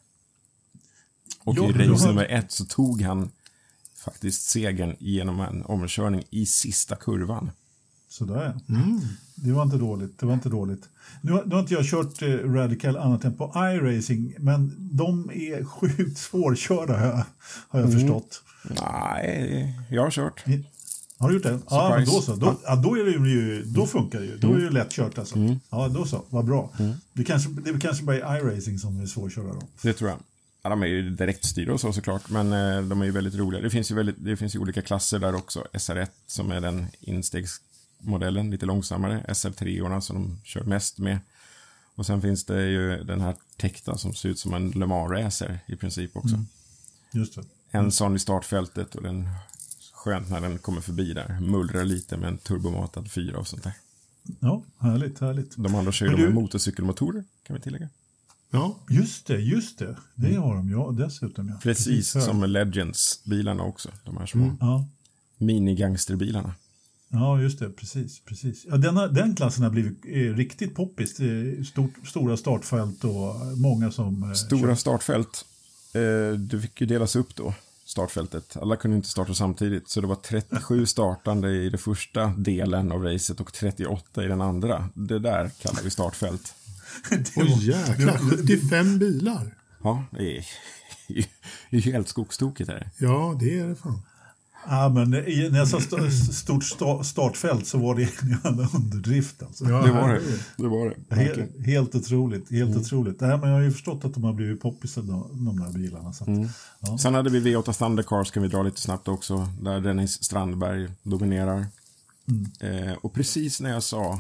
Och jo, i race nummer ett så tog han faktiskt segern genom en omkörning i sista kurvan. Sådär. Mm. Det var inte dåligt. Det var inte dåligt. Nu, nu har inte jag kört eh, Radical annat än på iRacing, men de är sjukt svårkörda har jag, har jag mm. förstått. Nej, jag har kört. Har du gjort det? Ja, men då så. Då, ja, då, är det ju, då funkar det ju. Då är det ju lätt kört alltså. Mm. Ja, då så. Vad bra. Mm. Det, kanske, det är kanske bara iRacing som är svårkörda då. Det tror jag. Ja, de är ju direktstyrda och så såklart, men eh, de är ju väldigt roliga. Det finns ju, väldigt, det finns ju olika klasser där också. S R ett som är den instegsmodellen, lite långsammare. S R tre-orna som de kör mest med. Och sen finns det ju den här Tekta som ser ut som en Le Mans-racer i princip också. Mm. Just det. En sån i startfältet och den skönt när den kommer förbi där. Mullrar lite med en turbomatad fyra och sånt där. Ja, härligt, härligt. De andra kör ju du... med motorcykelmotorer, kan vi tillägga. Ja, just det, just det. Det mm. har de, ja, dessutom. Ja. Precis, Precis som med Legends-bilarna också. De här små mm. ja. minigangsterbilarna. Ja, just det, precis. precis. Ja, denna, den klassen har blivit eh, riktigt poppis. Stort, stora startfält och många som... Eh, stora kör. startfält. Eh, det fick ju delas upp då, startfältet. Alla kunde inte starta samtidigt. Så det var trettiosju startande i den första delen av racet och trettioåtta i den andra. Det där kallar vi startfält. Åh oh, jäklar, sjuttiofem bilar. Ja, det är, det är helt skogstokigt här. Ja, det är det fan. Ja, men i nästan st- stort sta- startfält så var det en underdrift. Alltså. Ja, det var det. det, var det. Helt, helt otroligt. Helt mm. otroligt. Det här, men jag har ju förstått att de har blivit poppis de, de där bilarna. Så att, mm. ja. Sen hade vi V åtta Thundercars, kan vi dra lite snabbt också. Där Dennis Strandberg dominerar. Mm. Eh, och precis när jag sa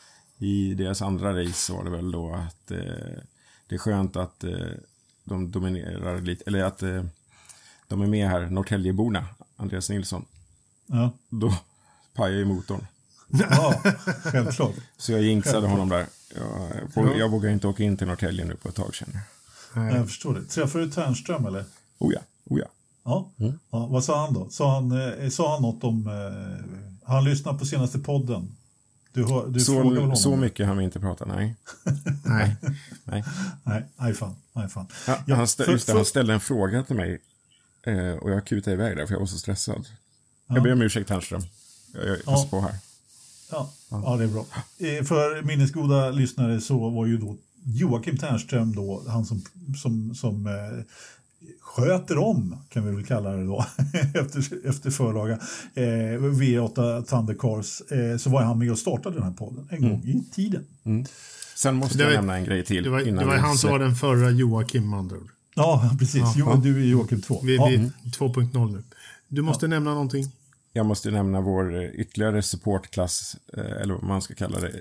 i deras andra race så var det väl då att eh, det är skönt att eh, de dominerar lite, eller att eh, de är med här, Norrtäljeborna, Andreas Nilsson. Ja. Då pajar ju motorn. Ja, självklart. Så jag jinxade självklart. honom där. Jag, jag, ja. jag vågar inte åka in till Norrtälje nu på ett tag sedan. Jag förstår det. Träffade du Tärnström eller? Oh ja, oh ja. Ja. Mm. Ja, vad sa han då? Sa han, eh, sa han något om... Eh, han lyssnade på senaste podden? Du hör, du så så mycket har vi inte pratat, nej. nej. Nej. Nej, nej fan. Nej, fan. Ja, ja, han, stä, för, just det, för... han ställde en fråga till mig eh, och jag kutade iväg där för jag var så stressad. Ja. Jag ber om ursäkt, Tärnström. Jag, jag passar ja. på här. Ja, ja. ja, det är bra. Eh, för minnesgoda lyssnare så var ju då Joakim Ternström då, han som, som, som eh, sköter om, kan vi väl kalla det då, efter, efter förlaga, eh, V åtta Thundercars, eh, så var han med och startade den här podden en mm. gång i tiden. Mm. Sen måste jag var, nämna en grej till. Det var, innan det var han som var den förra Joakim, andra ord. Ja, precis. Ja, jo, ja. Du är Joakim två. Vi är ja. mm. två punkt noll nu. Du måste ja. nämna någonting. Jag måste nämna vår ytterligare supportklass, eller vad man ska kalla det.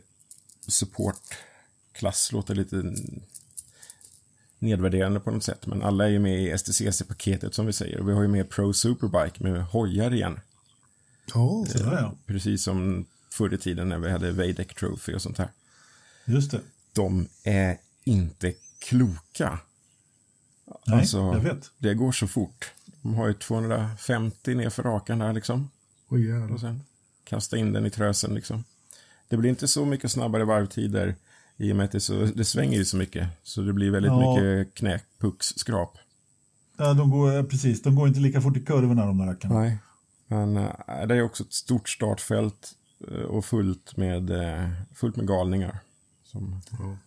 Supportklass låter lite nedvärderande på något sätt. Men alla är ju med i S T C C-paketet som vi säger. Och vi har ju med Pro Superbike med hojar igen. Ja, så där, ja. Precis som förr i tiden när vi hade Veideck Trophy och sånt här. Just det. De är inte kloka. Nej, alltså, jag vet. Det går så fort. De har ju tvåhundrafemtio ner för rakan där liksom. Oh, yeah. Och sen kasta in den i trösen liksom. Det blir inte så mycket snabbare varvtider i och med att det, så, det svänger ju så mycket. Så det blir väldigt ja. mycket knäck, pucks, skrap. Ja, de går, precis. De går inte lika fort i kurvorna de där rackarna. Nej, men äh, det är också ett stort startfält äh, och fullt med, äh, fullt med galningar. Som, ja.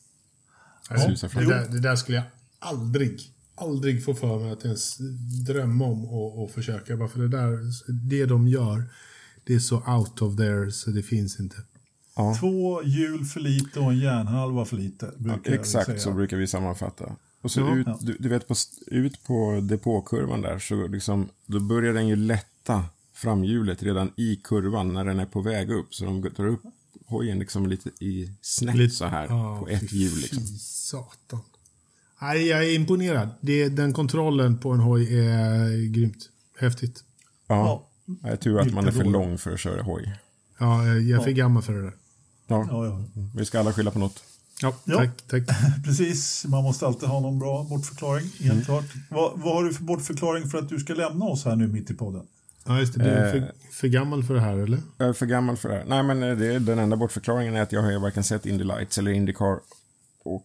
Ja, det, där, det där skulle jag aldrig, aldrig få för mig att ens drömma om och, och försöka. Bara för det där, det de gör, det är så out of there så det finns inte. Ja. Två hjul för lite och en järnhalva för lite. Ja, exakt så brukar vi sammanfatta. Och så ja. ut, du, du vet, på, ut på depåkurvan där så liksom, då börjar den ju lätta framhjulet redan i kurvan när den är på väg upp. Så de drar upp hojen liksom lite i snett lite, så här ja, på ett hjul liksom. Satan. Nej, jag är imponerad. Det, den kontrollen på en hoj är grymt. Häftigt. Ja, ja. Jag tror att man är för lång för att köra hoj. Ja, jag är för gammal för det där. Ja. Ja, ja. Vi ska alla skylla på något. Ja, tack, tack. Precis, man måste alltid ha någon bra bortförklaring, helt mm. klart. Vad, vad har du för bortförklaring för att du ska lämna oss här nu mitt i podden? Ja, just det. Du är för, eh, för gammal för det här, eller? Jag är för gammal för det här. Nej, men det, den enda bortförklaringen är att jag har varken sett Indy Lights eller IndyCar. Och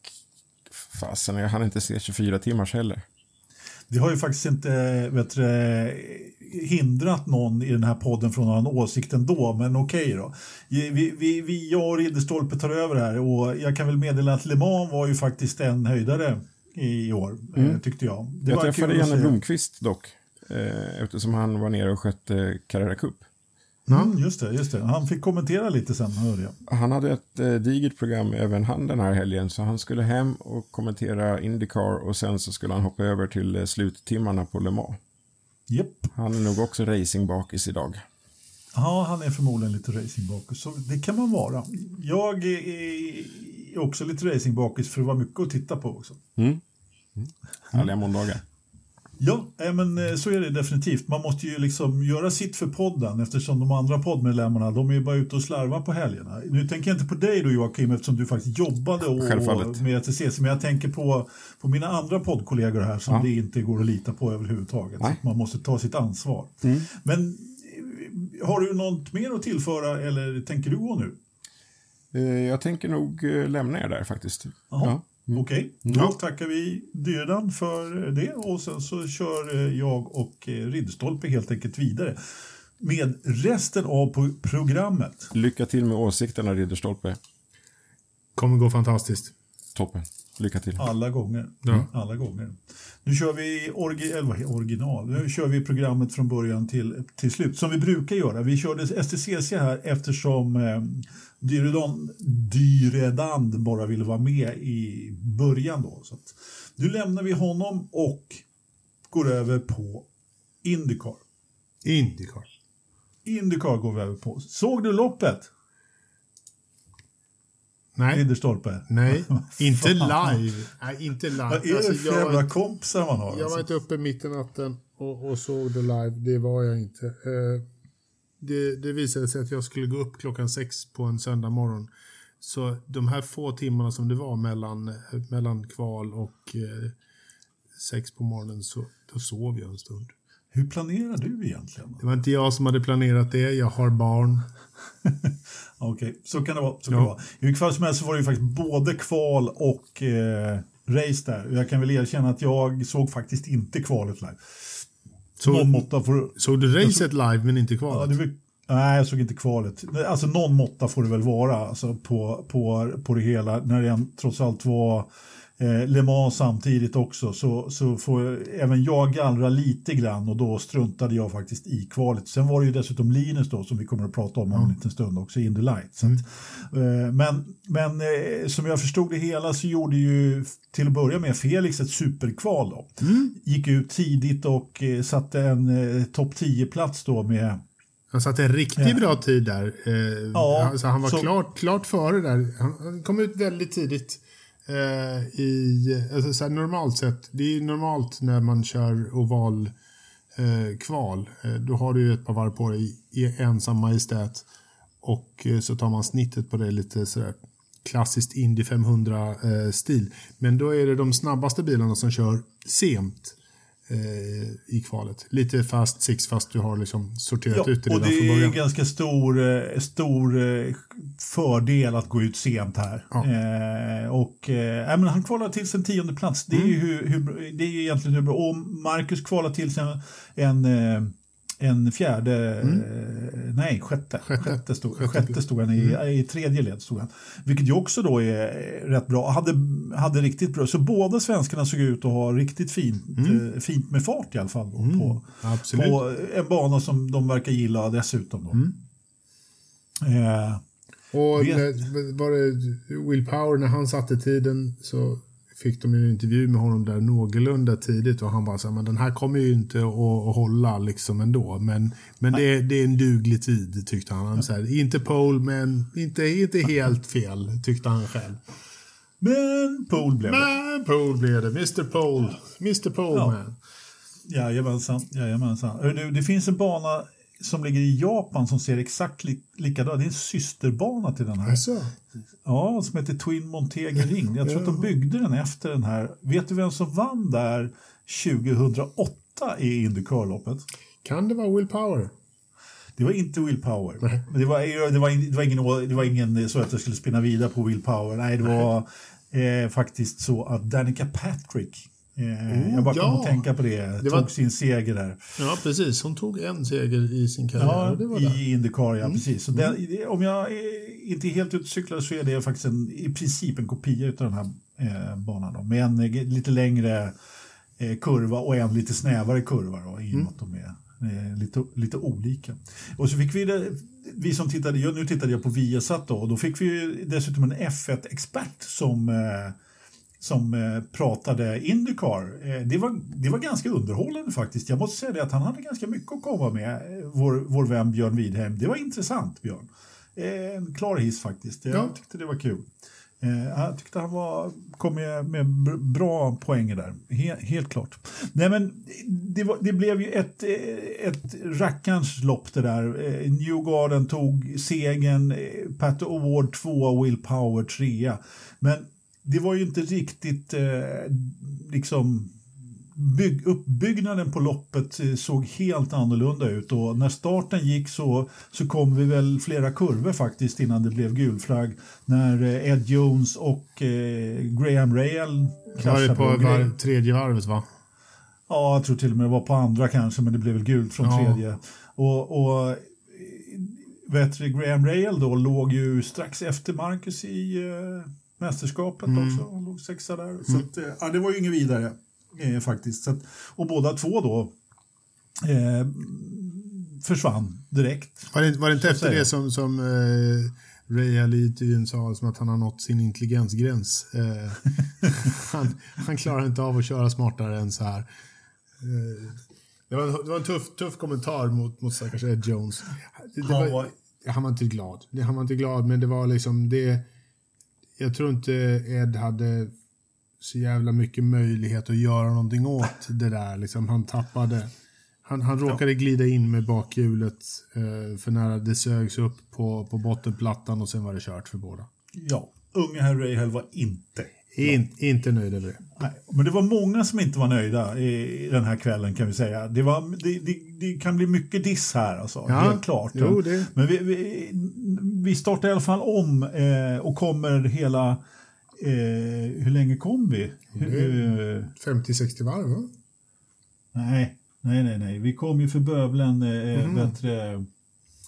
fasen, jag hann inte se tjugofyra timmars heller. Det har ju faktiskt inte vet du, hindrat någon i den här podden från att ha en åsikt ändå, men okej okay då. Vi, vi, vi, jag och Ridderstolpe tar över här och jag kan väl meddela att Le Mans var ju faktiskt en höjdare i år, mm. tyckte jag. Det jag var träffade Janne Blomqvist dock, eftersom han var nere och skötte Carrera Cup. Mm, just det, just det. Han fick kommentera lite sen, hörde jag. Han hade ett eh, digert program även han den här helgen, så han skulle hem och kommentera IndyCar och sen så skulle han hoppa över till eh, sluttimmarna på Le Mans. Yep. Han är nog också racingbakis idag. Ja, han är förmodligen lite racingbakis, så det kan man vara. Jag är också lite racingbakis för det var mycket att titta på också. Mm. Mm. Härliga måndagar. Ja, men så är det definitivt. Man måste ju liksom göra sitt för podden eftersom de andra poddmedlemmarna, de är ju bara ute och slarvar på helgerna. Nu tänker jag inte på dig då Joakim eftersom du faktiskt jobbade och, med T C C, men jag tänker på, på mina andra poddkollegor här som ja. det inte går att lita på överhuvudtaget. Så att man måste ta sitt ansvar. Mm. Men har du något mer att tillföra eller tänker du gå nu? Jag tänker nog lämna er där faktiskt. Ja. Mm. Okej, okay. Då ja. tackar vi Dyrdan för det och sen så kör jag och Ridderstolpe helt enkelt vidare med resten av programmet. Lycka till med åsikterna, Ridderstolpe. Kommer gå fantastiskt. Toppen. Lycka till. Alla gånger. Ja. Alla gånger. Nu kör vi orgi- eller, original. Nu kör vi programmet från början till, till slut som vi brukar göra. Vi körde S T C C här eftersom eh, Dyredan, Dyredan bara ville vara med i början då. Så att, nu lämnar vi honom och går över på IndyCar. IndyCar. IndyCar går vi över på. Såg du loppet? Nej. Ridderstolpe. Nej, inte live. Nej, inte live. Vad är det alltså, för jävla kompisar man har? Jag alltså? var inte uppe mitt i natten och, och såg det live. Det var jag inte. Eh, det, det visade sig att jag skulle gå upp klockan sex på en söndag morgon. Så de här få timmarna som det var mellan, mellan kval och eh, sex på morgonen så då sov jag en stund. Hur planerar du egentligen? Det var inte jag som hade planerat det. Jag har barn. Okej, okay. så kan det vara. Så kan ja. det vara. I vilket fall som helst så var det ju faktiskt både kval och eh, race där. Jag kan väl erkänna att jag såg faktiskt inte kvalet live. Så, för, såg du racet såg, live men inte kvalet? Ja, det var, Nej, jag såg inte kvalet. Alltså någon måtta får det väl vara alltså, på, på, på det hela. När det trots allt var eh, Le Mans samtidigt också så, så får jag, även jag gallra lite grann och då struntade jag faktiskt i kvalet. Sen var det ju dessutom Linus då som vi kommer att prata om om en liten stund också, in the light. Så att, mm. eh, men men eh, som jag förstod det hela så gjorde ju till att börja med Felix ett superkval då. Mm. Gick ut tidigt och eh, satte en eh, topp tio-plats då med... Han satte en riktigt ja. bra tid där. Eh, ja, alltså han var så... klart, klart före där. Han, han kom ut väldigt tidigt. Eh, i, alltså så här, normalt sett, det är normalt när man kör oval eh, kval. Eh, då har du ju ett par varv på dig i, i ensam majestät. Och eh, så tar man snittet på det lite sådär klassiskt Indy femhundra-stil. Eh, Men då är det de snabbaste bilarna som kör sent i kvalet. Lite fast six fast du har liksom sorterat ja, ut det redan från början. Och det är en ganska stor, stor fördel att gå ut sent här. Ja. Eh, och eh, men han kvalar till sin tionde plats. Det är ju hur, hur, det är ju egentligen hur bra. Och Marcus kvalar till sin en, en, en fjärde mm. eh, nej, sjätte. Sjätte, sjätte, stod, sjätte. sjätte stod han i, mm. i tredje led stod han. Vilket ju också då är rätt bra. Hade, hade riktigt bra. Så båda svenskarna såg ut att ha riktigt fint, mm. eh, fint med fart i alla fall. Då, mm. på, på en bana som de verkar gilla dessutom. Då. Mm. Eh, och när, var det Will Power när han satte tiden så fick de en intervju med honom där någorlunda tidigt och han bara så här, men den här kommer ju inte att, att hålla liksom ändå, men, men det, är, det är en duglig tid tyckte han. han så här, inte pole men inte, inte helt fel tyckte han själv. Men pole blev det. Men pole blev det. mister Pole. mister Pole ja. Man. Jajamensan. Jajamensan. Det, det finns en bana som ligger i Japan som ser exakt li- likadan. Det är en systerbana till den här. Alltså. Ja, som heter Twin Montego Ring. Jag tror att de byggde den efter den här. Vet du vem som vann där tjugohundraåtta i IndyCar-loppet? Kan det vara Will Power? Det var inte Will Power. Nej. Det var, det, var, det, var ingen, det var ingen så att jag skulle spinna vidare på Will Power. Nej, det var eh, faktiskt så att Danica Patrick Eh, jag bara kom ja. att tänka på det. det tog var... sin seger där. Ja, precis. Hon tog en seger i sin karriär. Ja, det var i det. IndyCar, ja, mm. precis. Så mm. det, om jag är inte är helt utcyklar så är det faktiskt en, i princip en kopia av den här eh, banan. Då, med en eh, lite längre eh, kurva och en lite snävare kurva. Då, i och med att de är eh, lite, lite olika. Och så fick vi det, vi som tittade, jag, nu tittade jag på Viasat då, och då fick vi dessutom en F ett-expert som... Eh, som eh, pratade IndyCar. Eh, det, var, det var ganska underhållande faktiskt. Jag måste säga det att han hade ganska mycket att komma med, eh, vår, vår vän Björn Widheim. Det var intressant, Björn. Eh, en klar hiss faktiskt. Jag ja. tyckte det var kul. Eh, jag tyckte han var, kom med, med bra poänger där. He, helt klart. Nej, men det, var, det blev ju ett, ett rackarns lopp det där. Eh, Newgarden tog segern, eh, Pat O'Ward två, Will Power trea. Men det var ju inte riktigt eh, liksom bygg, uppbyggnaden på loppet eh, såg helt annorlunda ut och när starten gick så, så kom vi väl flera kurvor faktiskt innan det blev gulflagg när eh, Ed Jones och eh, Graham Rahal kraschade. Var det på var, tredje varvet va? Ja, jag tror till och med det var på andra kanske, men det blev väl gult från ja. tredje. Och, och vet du, Graham Rahal då låg ju strax efter Marcus i... Eh, mästerskapet mm. också, han låg sexa där. Mm. Så att, ja, det var ju inget vidare eh, faktiskt. Så att, och båda två då eh, försvann direkt. Var det, var det inte efter det som, som eh, Ray Halitian sa som att han har nått sin intelligensgräns? Eh, han, han klarar inte av att köra smartare än så här. Eh, det, var, det var en tuff, tuff kommentar mot, mot stackars Ed Jones. Det, det han, var, var, han var inte glad. Det, han var inte glad, men det var liksom det. Jag tror inte Ed hade så jävla mycket möjlighet att göra någonting åt det där. Liksom, han tappade. Han, han råkade ja. glida in med bakhjulet eh, för nära det sögs upp på, på bottenplattan och sen var det kört för båda. Ja, unge herr Rahal var inte In, inte nöjda med det. Nej, men det var många som inte var nöjda i, i den här kvällen kan vi säga. Det, var, det, det, det kan bli mycket diss här alltså, ja, helt klart. Jo, det. Men vi, vi, vi startar i alla fall om eh, och kommer hela... Eh, hur länge kom vi? femtio sextio varv va? Nej, nej, nej, nej. Vi kom ju för bövlen eh, mm. bättre...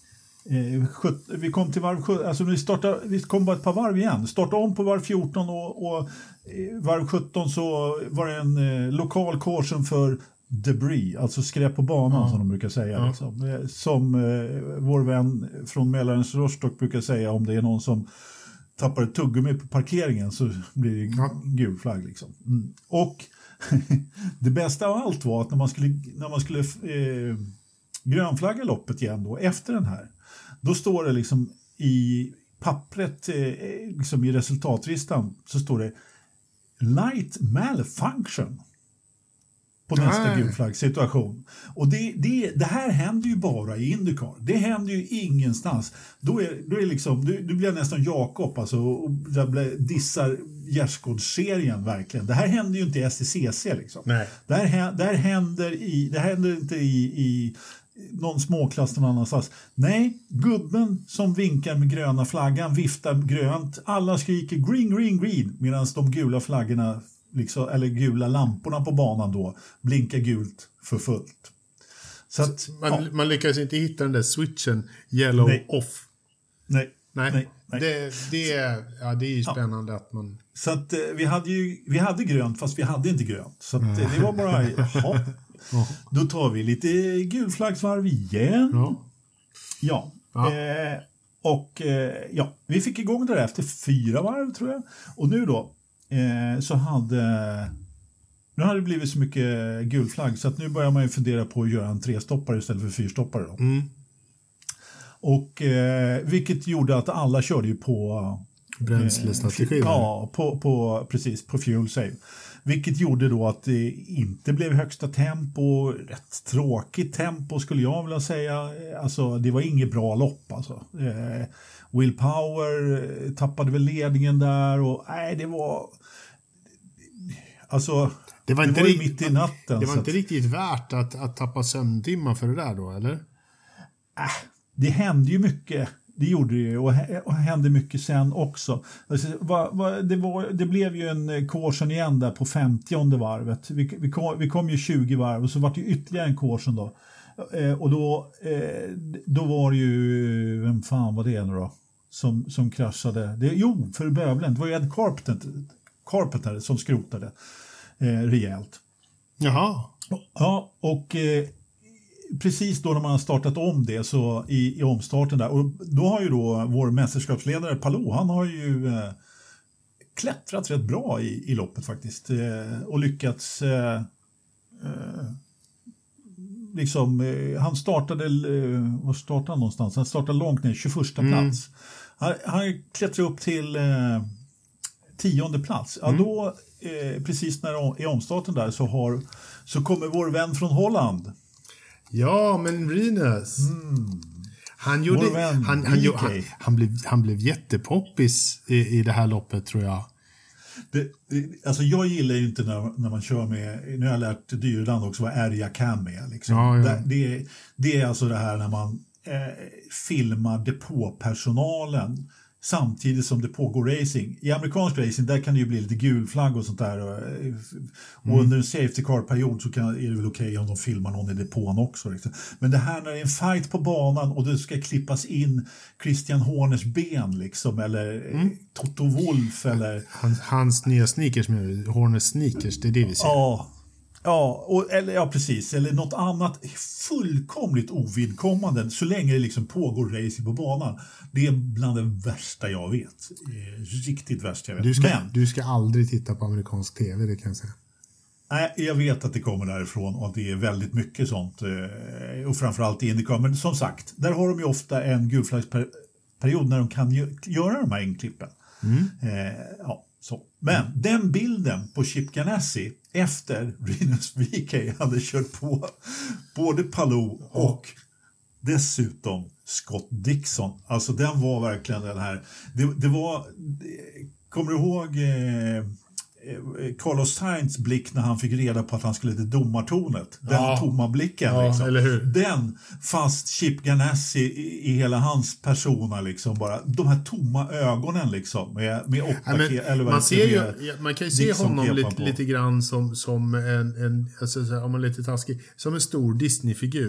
Eh, sjut, vi kom till varv sjutton, alltså vi, startade, vi kom bara ett par varv igen. Startade om på varv fjorton och, och eh, varv sjutton så var det en eh, lokal caution för debris, alltså skräp på banan ja. som de brukar säga. Ja. Liksom. Eh, som eh, vår vän från Mälarens Rostock brukar säga, om det är någon som tappar ett tuggummi på parkeringen så blir det ja. gul flagg. Liksom. Mm. Och det bästa av allt var att när man skulle, när man skulle eh, grönflagga loppet igen då, efter den här, då står det liksom i pappret, eh, liksom i resultatlistan, så står det light malfunction på nästa ah. gulflaggsituation. Och det, det, det här händer ju bara i IndyCar. Det händer ju ingenstans. Då är, då är liksom, du, du blir nästan Jakob alltså, och dissar gärdsgårdsserien verkligen. Det här händer ju inte i S T C C liksom. Nej. Det, här, det, här händer i, det här händer inte i, i någon småklass någon annanstans. Nej, gubben som vinkar med gröna flaggan viftar grönt. Alla skriker green, green, green, medan de gula flaggorna liksom, eller gula lamporna på banan då blinkar gult för fullt. Så att, man, ja. man lyckas inte hitta den där switchen yellow nej. off. Nej. Nej, nej, nej. Det, det, är, ja, det är ju spännande ja. att man... Så att eh, vi hade ju vi hade grönt fast vi hade inte grönt. Så att, eh, det var bara, jaha. Då tar vi lite gulflaggsvarv igen. Ja. Ja. ja. Eh, och eh, ja, vi fick igång det där efter fyra varv tror jag. Och nu då eh, så hade nu hade det blivit så mycket gulflagg så att nu börjar man ju fundera på att göra en trestoppare istället för fyrstoppare då. Mm. Och eh, vilket gjorde att alla körde ju på bränslestrategi. Eh, ja, på, på, precis, på fuel save. Vilket gjorde då att det inte blev högsta tempo, rätt tråkigt tempo skulle jag vilja säga. Alltså det var inget bra lopp alltså. Eh, Will Power tappade väl ledningen där och nej det var alltså det var, det inte var rikt, mitt i natten. Det var inte att, riktigt värt att, att tappa sömntimmar för det där då, eller? Äh, det hände ju mycket. Det gjorde det ju och, och hände mycket sen också. Alltså, va, va, det, var, det blev ju en caution igen där på femtionde varvet. Vi, vi, kom, vi kom ju tjugo varv och så var det ytterligare en caution då. Eh, och då, eh, då var det ju, vem fan var det nu då? Som, som kraschade. Det, jo, för bövlen. Det var ju Ed Carpenter, Carpenter som skrotade eh, rejält. Jaha. Ja, och... Eh, precis då när man har startat om det så i, i omstarten där och då har ju då vår mästerskapsledare Palou, han har ju eh, klättrat rätt bra i, i loppet faktiskt eh, och lyckats eh, eh, liksom eh, han startade eh, var startade han någonstans? Han startade långt ner, tjugoförsta mm. plats. Han, han klättrade upp till eh, tionde plats. Ja, mm. då eh, precis när i omstarten där så har så kommer vår vän från Holland. Ja, men Rinus. Mm. Han, gjorde, han, han, han, han, han, blev, han blev jättepoppis i, i det här loppet tror jag. Det, det, alltså jag gillar ju inte när, när man kör med, nu har jag lärt Dyrland också vad ärja kan med. Liksom. Ja, ja. Det, det, det är alltså det här när man eh, filmar depåpersonalen samtidigt som det pågår racing. I amerikansk racing där kan det ju bli lite gul flagg och sånt där. Och, och mm. under en safety car-period så kan, är det väl okej okay om de filmar någon i depån också. Liksom. Men det här när det är en fight på banan och det ska klippas in Christian Horners ben liksom, eller mm. Toto Wolff eller... Hans, hans nya sneakers med Horners sneakers, det är det vi ser. Ja. Ja, och, eller, ja, precis. Eller något annat fullkomligt ovidkommande så länge det liksom pågår racing på banan. Det är bland det värsta jag vet. Riktigt värsta jag vet. Du ska, Men, du ska aldrig titta på amerikansk tv, det kan jag säga. Nej, jag vet att det kommer därifrån och att det är väldigt mycket sånt. Och framförallt i IndyCar. Men som sagt, där har de ju ofta en gulflaggsperiod när de kan göra de här inklippen. Mm. Eh, ja. Så. Men mm. den bilden på Chip Ganassi efter Rinus V K hade kört på både Palou och dessutom Scott Dixon. Alltså den var verkligen den här. Det, det var, kommer du ihåg eh, Carlos Sainz blick när han fick reda på att han skulle till domartornet? Den ja. tomma blicken. Ja, liksom. Eller hur? Den fast Chip Ganassi i, i hela hans persona liksom bara. De här tomma ögonen liksom. Med, med åtta ja, men, ke- eller man, ser ju, man kan ju se honom lite, lite grann som, som en, en alltså, om man är lite taskig, som en stor Disney-figur.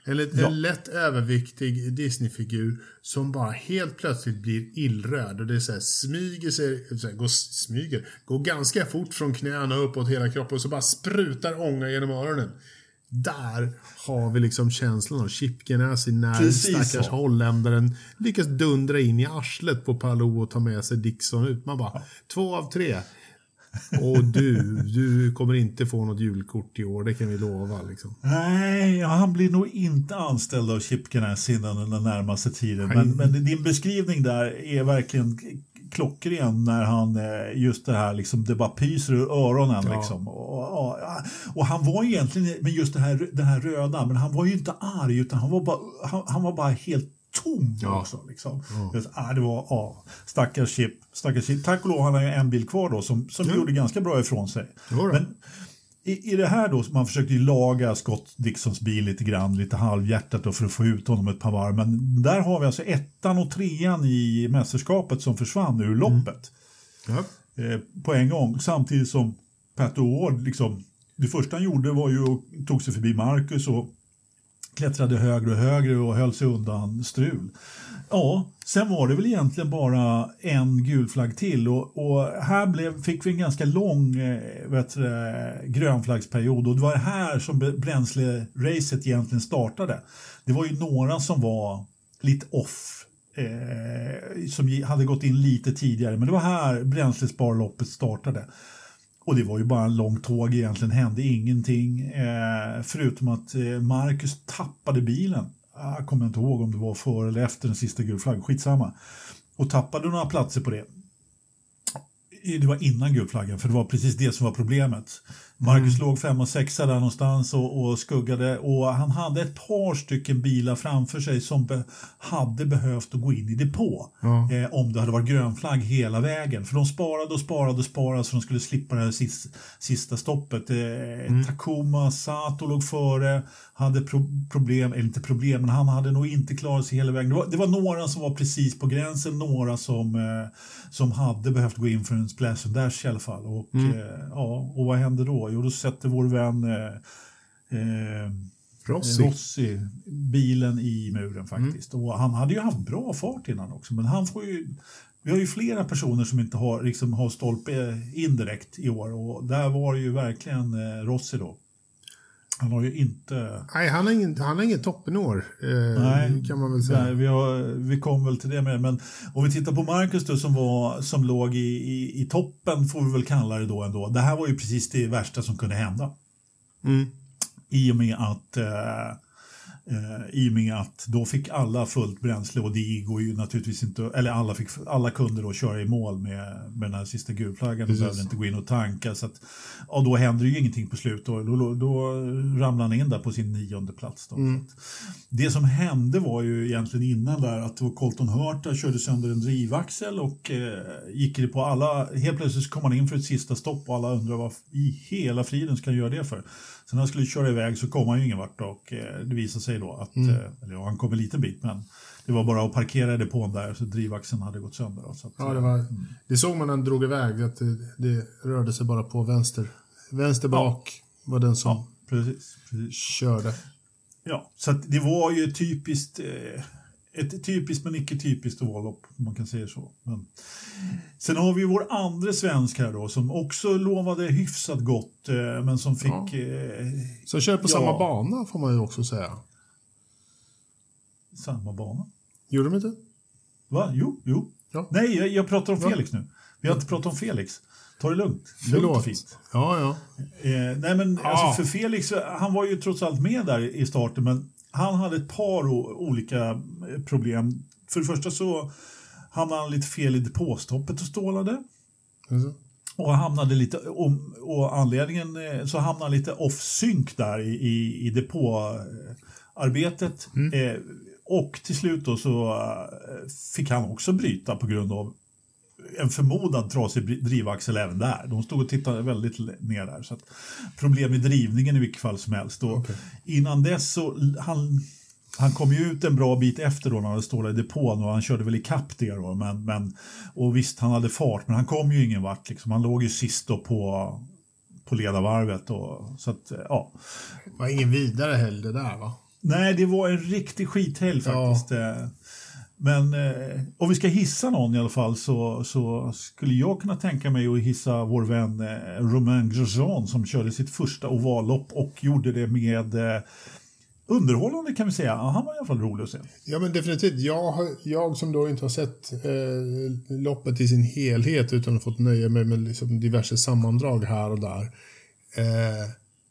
En, en Ja. lätt överviktig Disney-figur som bara helt plötsligt blir illröd. Och det är så här, smyger sig, så här, går, smyger, går ganska fort från knäna uppåt hela kroppen och så bara sprutar ånga genom öronen. Där har vi liksom känslan av Chip Ganassi när Precis stackars så. holländaren lyckas dundra in i arslet på Palou och ta med sig Dixon ut. Man bara, ja. två av tre. Och du, du kommer inte få något julkort i år, det kan vi lova liksom. Nej, ja, han blir nog inte anställd av Chip Ganassi innan den närmaste tiden. Men, men din beskrivning där är verkligen klockren när han just det här liksom, det bara pyser ur öronen ja. liksom. Och, och, och han var egentligen, men just det här, den här röda, men han var ju inte arg utan han var bara, han, han var bara helt tom ja. också liksom. Ja. Just, ah, det var ja, stackars Chip, stackars Chip. Tack och lov han har ju en bil kvar då som, som ja. gjorde ganska bra ifrån sig. Men i, i det här då, man försökte ju laga Scott Dixons bil lite grann, lite halvhjärtat då för att få ut honom ett par varv. Men där har vi alltså ettan och trean i mästerskapet som försvann ur loppet. Mm. Ja. Eh, på en gång, samtidigt som Pat O'Ward liksom, det första han gjorde var ju att tog sig förbi Marcus och klättrade högre och högre och höll sig undan strul. Ja, sen var det väl egentligen bara en gul flagg till och, och här blev, fick vi en ganska lång eh, vet du, grönflaggsperiod och det var här som bränsleracet egentligen startade. Det var ju några som var lite off eh, som hade gått in lite tidigare, men det var här bränslesparloppet startade. Och det var ju bara en lång tåg egentligen, hände ingenting eh, förutom att eh, Marcus tappade bilen. Jag kommer inte ihåg om det var före eller efter den sista gulflaggen, skitsamma. Och tappade några platser på det. Det var innan gulflaggen, för det var precis det som var problemet. Marcus mm. låg fem och sexa där någonstans och, och skuggade. Och han hade ett par stycken bilar framför sig som be, hade behövt att gå in i depå. Mm. Eh, om det hade varit grönflagg hela vägen. För de sparade och sparade och sparade så de skulle slippa det här sista, sista stoppet. Eh, mm. Takuma Sato låg före, hade pro, problem, eller inte problem, men han hade nog inte klarat sig hela vägen. Det var, det var några som var precis på gränsen, några som, eh, som hade behövt gå in för en splash and dash i alla fall. Och, mm. eh, ja, och vad hände då? Jo, då sätter vår vän eh, eh, Rossi. Rossi bilen i muren faktiskt. Mm. Och han hade ju haft bra fart innan också. Men han får ju, vi har ju flera personer som inte har, liksom, har stolpe indirekt i år. Och där var ju verkligen eh, Rossi då. Han har ju inte... Nej, han har ingen, han har ingen toppenår, eh, Nej, kan man väl säga. Nej, vi, har, vi kom väl till det med. Men om vi tittar på Marcus då, som, var, som låg i, i, i toppen, får vi väl kalla det då ändå. Det här var ju precis det värsta som kunde hända. Mm. I och med att... Eh, Eh, i och med att då fick alla fullt bränsle och det går ju naturligtvis inte, eller alla, fick, alla kunde då köra i mål med, med den här sista gulflaggan och behövde inte gå in och tanka så att, och då händer ju ingenting på slut och då, då, då ramlade han in där på sin nionde plats då. Mm. Det som hände var ju egentligen innan där att det var Colton Hurta körde sönder en drivaxel och eh, gick det på alla, helt plötsligt kom han in för ett sista stopp och alla undrar vad i hela friden ska han göra det för. Sen när han skulle köra iväg så kom han ju ingen vart och eh, det visade sig då att, mm. eh, eller ja, han kom en liten bit men det var bara att parkera depån där så drivaxeln hade gått sönder. Då, så att, ja, det, var, mm. det såg man när han drog iväg att det, det rörde sig bara på vänster. Vänster bak ja. var den som ja, precis, precis. körde. Ja, så att det var ju typiskt... Eh, ett typiskt men icke typiskt ovallopp, om man kan säga så. Men. Sen har vi ju vår andra svensk här då, som också lovade hyfsat gott, eh, men som fick... Ja. Eh, som kör på ja. samma bana, får man ju också säga. Samma bana? Gjorde de inte? Va? Jo, jo. Ja. Nej, jag, jag pratar om Felix ja. nu. Vi har inte pratat om Felix. Ta det lugnt. Förlåt. Lugnt och fint. Ja, ja. Eh, nej, men ja. alltså, för Felix, han var ju trots allt med där i starten, men han hade ett par olika problem. För det första så hamnade han lite fel i depåstoppet och stålade. Mm. Och hamnade lite om, och anledningen så hamnade han lite off-sync där i, i, i depåarbetet. Mm. Eh, och till slut då så fick han också bryta på grund av en förmodad trasig drivaxel även där. De stod och tittade väldigt ner där. Så att problem i drivningen i vilket fall som helst. Och okay. Innan dess så han, han kom ju ut en bra bit efter då när han stod i depån och han körde väl i kapp det då. Men, men, och visst, han hade fart men han kom ju ingen vart. Liksom. Han låg ju sist då på, på ledarvarvet. Och, så att, ja. Det var ingen vidare heller där va? Nej, det var en riktig skithelg faktiskt. Ja. Men eh, om vi ska hissa någon i alla fall så, så skulle jag kunna tänka mig att hissa vår vän eh, Romain Grosjean som körde sitt första ovallopp och gjorde det med eh, underhållande kan vi säga. Ja, han var i alla fall rolig att se. Ja, men definitivt. Jag, har, jag som då inte har sett eh, loppet i sin helhet utan har fått nöja mig med liksom diverse sammandrag här och där. Eh,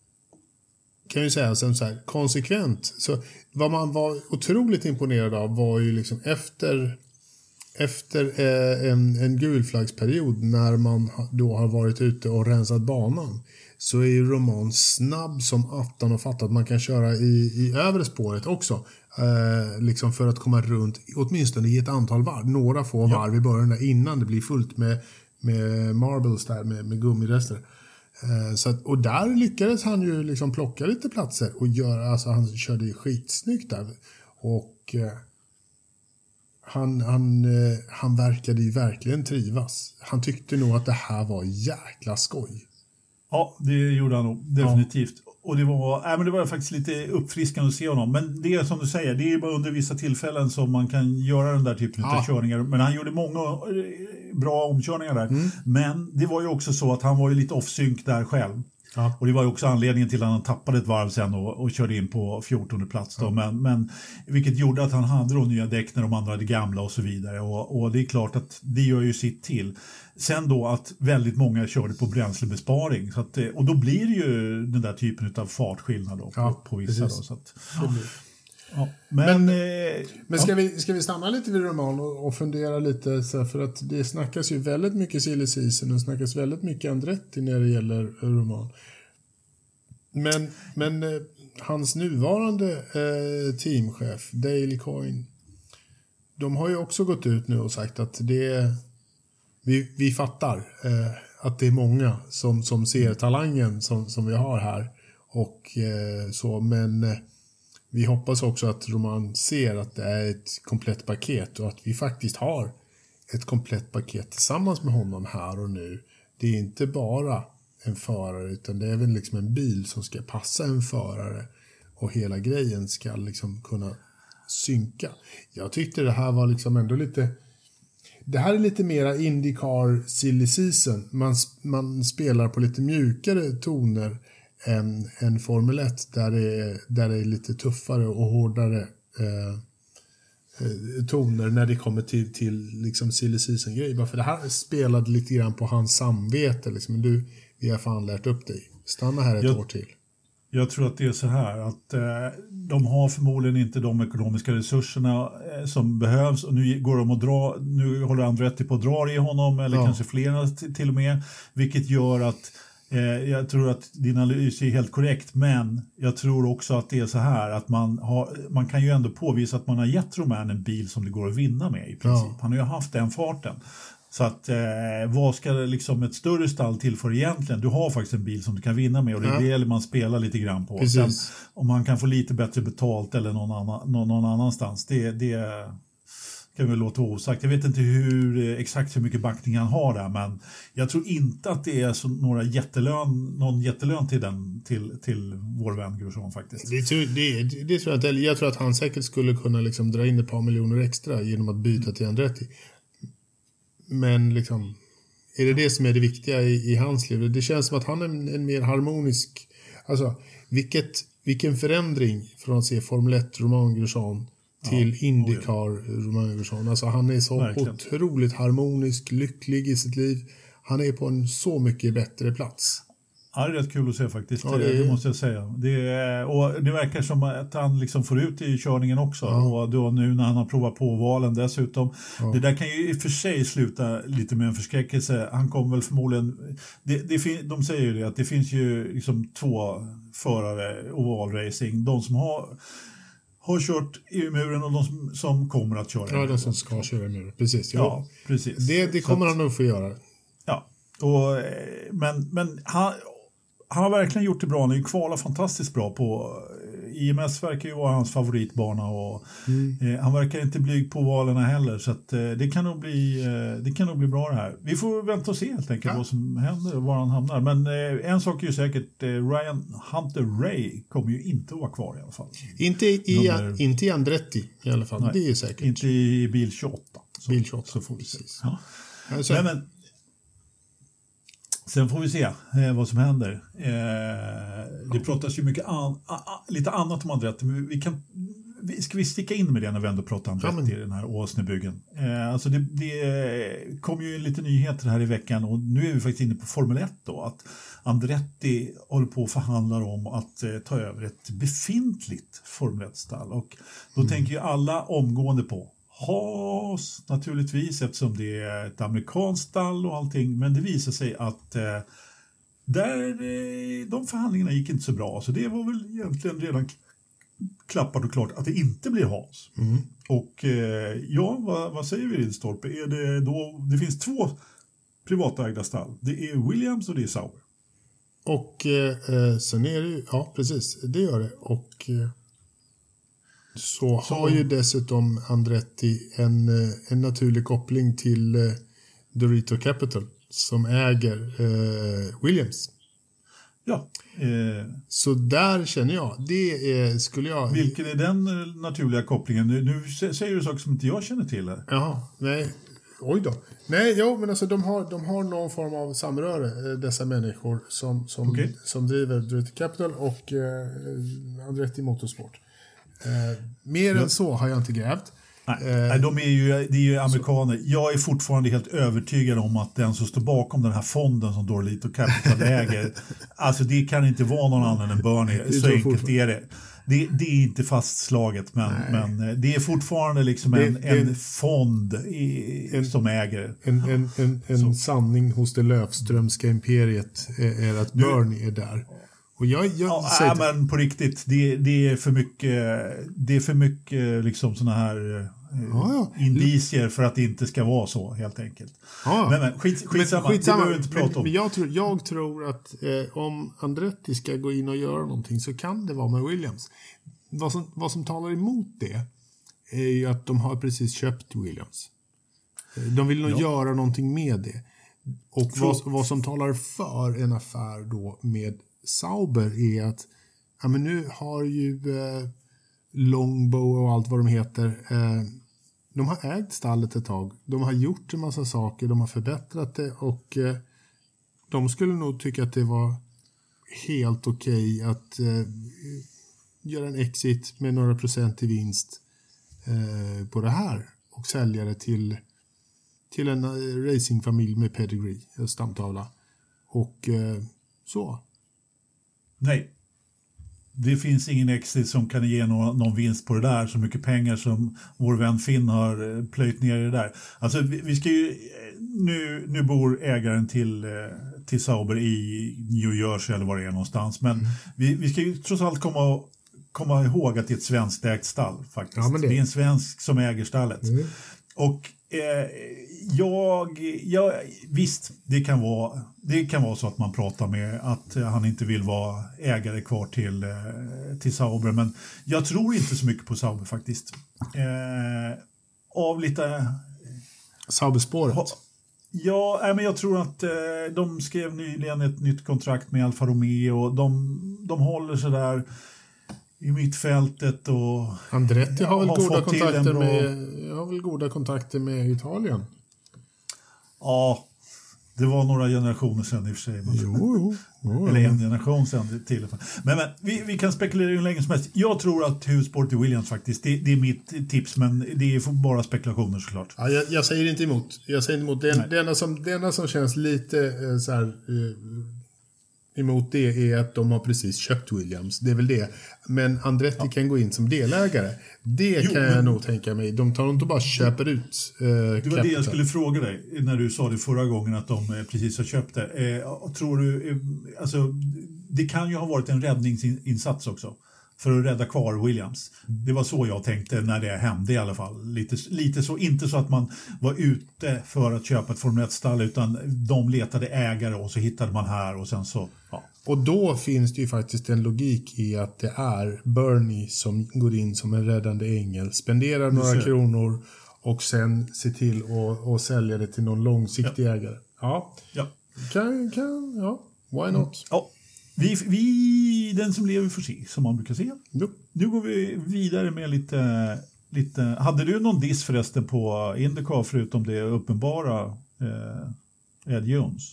kan ju säga sen så här, konsekvent. Så vad man var otroligt imponerad av var ju liksom efter, efter eh, en, en gulflaggsperiod när man då har varit ute och rensat banan. Så är ju Romain snabb som attan och fattat att man kan köra i, i övre spåret också. Eh, liksom för att komma runt åtminstone i ett antal varv. Några få varv ja. i början där innan det blir fullt med, med marbles där, med, med gummirester. Eh, så att, och där lyckades han ju liksom plocka lite platser och göra, alltså han körde ju skitsnyggt där. Och eh, han, han, eh, han verkade ju verkligen trivas. Han tyckte nog att det här var jäkla skoj. Ja, det gjorde han nog, definitivt. Ja. Och det var, äh, men det var faktiskt lite uppfriskande att se honom. Men det är som du säger, det är bara under vissa tillfällen som man kan göra den där typen ja. av körningar. Men han gjorde många bra omkörningar där. Mm. Men det var ju också så att han var ju lite off-sync där själv. Ja. Och det var ju också anledningen till att han tappade ett varv sen och, och körde in på fjortonde plats. Då. Ja. Men, men vilket gjorde att han hade då nya däck när de andra hade gamla och så vidare. Och, och det är klart att det gör ju sitt till. Sen då att väldigt många körde på bränslebesparing. Så att, och då blir det ju den där typen av fartskillnad då, ja, på, på vissa. Då, så att, ja. Ja, men men, eh, men ska, ja. vi, ska vi stanna lite vid Romain och, och fundera lite så för att det snackas ju väldigt mycket silly season och snackas väldigt mycket Andretti när det gäller Romain. Men, men eh, hans nuvarande eh, teamchef Dale Coyne, de har ju också gått ut nu och sagt att det vi, vi fattar eh, att det är många som, som ser talangen som, som vi har här och eh, så, men eh, vi hoppas också att Romain ser att det är ett komplett paket och att vi faktiskt har ett komplett paket tillsammans med honom här och nu. Det är inte bara en förare utan det är väl liksom en bil som ska passa en förare och hela grejen ska liksom kunna synka. Jag tyckte det här var liksom ändå lite... Det här är lite mera IndyCar silly season. Man, man spelar på lite mjukare toner än, än Formel ett där det, är, där det är lite tuffare och hårdare eh, eh, toner när det kommer till, till liksom silly season-grejer. För det här spelade lite grann på hans samvete. Liksom. Du, vi har fan lärt upp dig. Stanna här ett jag, år till. Jag tror att det är så här att eh, de har förmodligen inte de ekonomiska resurserna eh, som behövs och nu går de att dra, nu håller Andretti på att dra i honom eller ja. kanske flera t- till och med, vilket gör att eh, jag tror att din analys är helt korrekt, men jag tror också att det är så här att man, har, man kan ju ändå påvisa att man har gett Romain en bil som det går att vinna med i princip. Ja. Han har ju haft den farten. Så att eh, vad ska liksom ett större stall till för egentligen? Du har faktiskt en bil som du kan vinna med och det är ja. det man spelar lite grann på. Sen, om man kan få lite bättre betalt eller någon, annan, någon, någon annanstans, det, det kan väl låta osagt. Jag vet inte hur, exakt hur mycket backning han har där, men jag tror inte att det är så några jättelön, någon jättelön till, den, till, till vår vän Grosjean faktiskt. Det, det, det, det tror jag, att, jag tror att han säkert skulle kunna liksom dra in ett par miljoner extra genom att byta mm. till Andretti. Men liksom, är det det som är det viktiga i, i hans liv? Det känns som att han är en, en mer harmonisk... Alltså, vilket, vilken förändring från att se Formel ett Romain Grosjean till ja, IndyCar Romain Grosjean. Alltså, han är så verkligen otroligt harmonisk, lycklig i sitt liv. Han är på en så mycket bättre plats. Ja, det är rätt kul att se faktiskt, ja, det, är... det måste jag säga. Det, och det verkar som att han liksom får ut i körningen också. Ja. Och då nu när han har provat på valen dessutom. Ja. Det där kan ju i och för sig sluta lite med en förskräckelse. Han kommer väl förmodligen... Det, det, de säger ju det, att det finns ju liksom två förare ovalracing. De som har... har kört i muren och de som, som kommer att köra. Ja, de som ska köra i muren. Precis. Ja, ja precis. Det, det kommer att, han nog få göra. Ja, och, men, men han, han har verkligen gjort det bra. Han är ju kvalat fantastiskt bra på, i, I M S verkar ju vara hans favoritbana och Mm. eh, han verkar inte blyg på valerna heller, så att, eh, det, kan nog bli, eh, det kan nog bli bra det här. Vi får vänta och se helt enkelt Ja. vad som händer och var han hamnar. Men eh, en sak är ju säkert, eh, Ryan Hunter Ray kommer ju inte att vara kvar i alla fall. Inte i, Nummer- inte i Andretti i alla fall. Nej, det är säkert. Inte i bil tjugoåtta. Så, Bil tjugoåtta, så får vi se. precis. Ja. Alltså, Nej, men, sen får vi se eh, vad som händer. Eh, det pratas ju mycket an, a, a, lite annat om Andretti, men vi kan, vi, ska vi sticka in med det när vi ändå pratar Andretti Ja, men- i den här Åsnebyggen? Eh, alltså det, det kom ju lite nyheter här i veckan och nu är vi faktiskt inne på Formel ett då, att Andretti håller på och förhandlar om att eh, ta över ett befintligt Formel ett-stall, och då Mm. tänker ju alla omgående på Haas naturligtvis, eftersom det är ett amerikanskt stall och allting, men det visar sig att eh, där, eh, de förhandlingarna gick inte så bra, så det var väl egentligen redan k- klappat och klart att det inte blir Haas. Mm. Och eh, ja, vad, vad säger vi Ridderstolpe? Är det då, det finns två privatägda stall, det är Williams och det är Sauber. Och eh, sen är det ju, ja precis, det gör det. Och eh, så, Så- har ju dessutom Andretti en, eh, en naturlig koppling till eh, Dorito Capital som äger eh, Williams. Ja, eh, Så där känner jag, det är, skulle jag... vilken är den eh, naturliga kopplingen? Nu, nu sä- säger du saker som inte jag känner till här. Jaha, nej. Oj då. Nej, jo, men alltså de har, de har någon form av samröre, eh, dessa människor som, som, Okej. som driver Dorito Capital och eh, Andretti Motorsport. Eh, mer Ja. än så har jag inte grävt. Nej, Eh, nej, de är ju, det är ju amerikaner. Jag är fortfarande helt övertygad om att den som står bakom den här fonden som Dorito Capital äger, alltså det kan inte vara någon annan än Bernie. Det Så tror jag enkelt är det. det. Det är inte fastslaget, men, men eh, det är fortfarande liksom Det- en, det- en fond i, En- som äger. En, en, en, en sanning hos det Löfströmska imperiet är, är att Bernie är där. Och jag, jag Ja, säger äh, men på riktigt, det, det är för mycket, det är för mycket liksom såna här eh, Ja, ja. indicier för att det inte ska vara så, helt enkelt. Ja. Men, men skit, skitsamma, Men det behöver vi inte prata men, om. men jag, tror, jag tror att eh, om Andretti ska gå in och göra någonting så kan det vara med Williams. Vad som, vad som talar emot det är ju att de har precis köpt Williams. Eh, De vill nog Ja. göra någonting med det. Och Frå- vad, vad som talar för en affär då med Sauber är att ja, men nu har ju eh, Longbow och allt vad de heter, eh, de har ägt stallet ett tag. De har gjort en massa saker, de har förbättrat det och eh, de skulle nog tycka att det var helt okej att eh, göra en exit med några procent i vinst eh, på det här och sälja det till, till en eh, racingfamilj med pedigree, en stamtavla. Och eh, så. Nej. Det finns ingen exit som kan ge någon, någon vinst på det där, så mycket pengar som vår vän Finn har eh, plöjt ner i det där. Alltså vi, vi ska ju, eh, nu, nu bor ägaren till, eh, till Sauber i New Jersey eller var det är någonstans, men Mm. vi, vi ska ju trots allt komma, komma ihåg att det är ett svenskt ägt stall faktiskt. Ja, men det- det är en svensk som äger stallet. Mm. Och eh, jag, jag, visst, det kan, vara, det kan vara så att man pratar med att eh, han inte vill vara ägare kvar till, eh, till Sauber, men jag tror inte så mycket på Sauber faktiskt. Eh, av lite... Sauberspåret. Ha, ja, nej, men jag tror att eh, de skrev nyligen ett nytt kontrakt med Alfa Romeo. De, de håller sig där i mittfältet och Andretti har väl har goda fått till en kontakter bra- med har väl goda kontakter med Italien. ja, det var några generationer sedan i och för sig. Men, Jo, jo. jo eller en generation sedan till. Men, men vi, vi kan spekulera hur länge som helst. Jag tror att huvudspåret är Williams faktiskt. Det, det är mitt tips, men det är bara spekulationer såklart. Ja, jag, jag säger inte emot. Jag säger inte emot. Det, Nej. det, enda som, det enda som känns lite eh, så här, eh, emot det är att de har precis köpt Williams. Det är väl det. Men Andretti kan gå in som delägare. Det Jo, kan jag men- nog tänka mig. De tar inte bara köper ut eh, Det var det jag skulle fråga dig när du sa det förra gången att de eh, precis har köpt det. Eh, tror du, eh, alltså, det kan ju ha varit en räddningsinsats också för att rädda kvar Williams. Det var så jag tänkte när det hände i alla fall. Lite, lite så, inte så att man var ute för att köpa ett Formel ett-stall, utan de letade ägare och så hittade man här och sen så, ja. Och då finns det ju faktiskt en logik i att det är Bernie som går in som en räddande ängel, spenderar några kronor och sen se till att och sälja det till någon långsiktig ja. ägare. Ja, ja. Kan, kan, ja, why not? Mm. Ja. Vi, vi, den som lever får se, som man brukar säga. Jo. Nu går vi vidare med lite, lite... Hade du någon diss förresten på Indycar förutom det uppenbara eh, Ed Jones?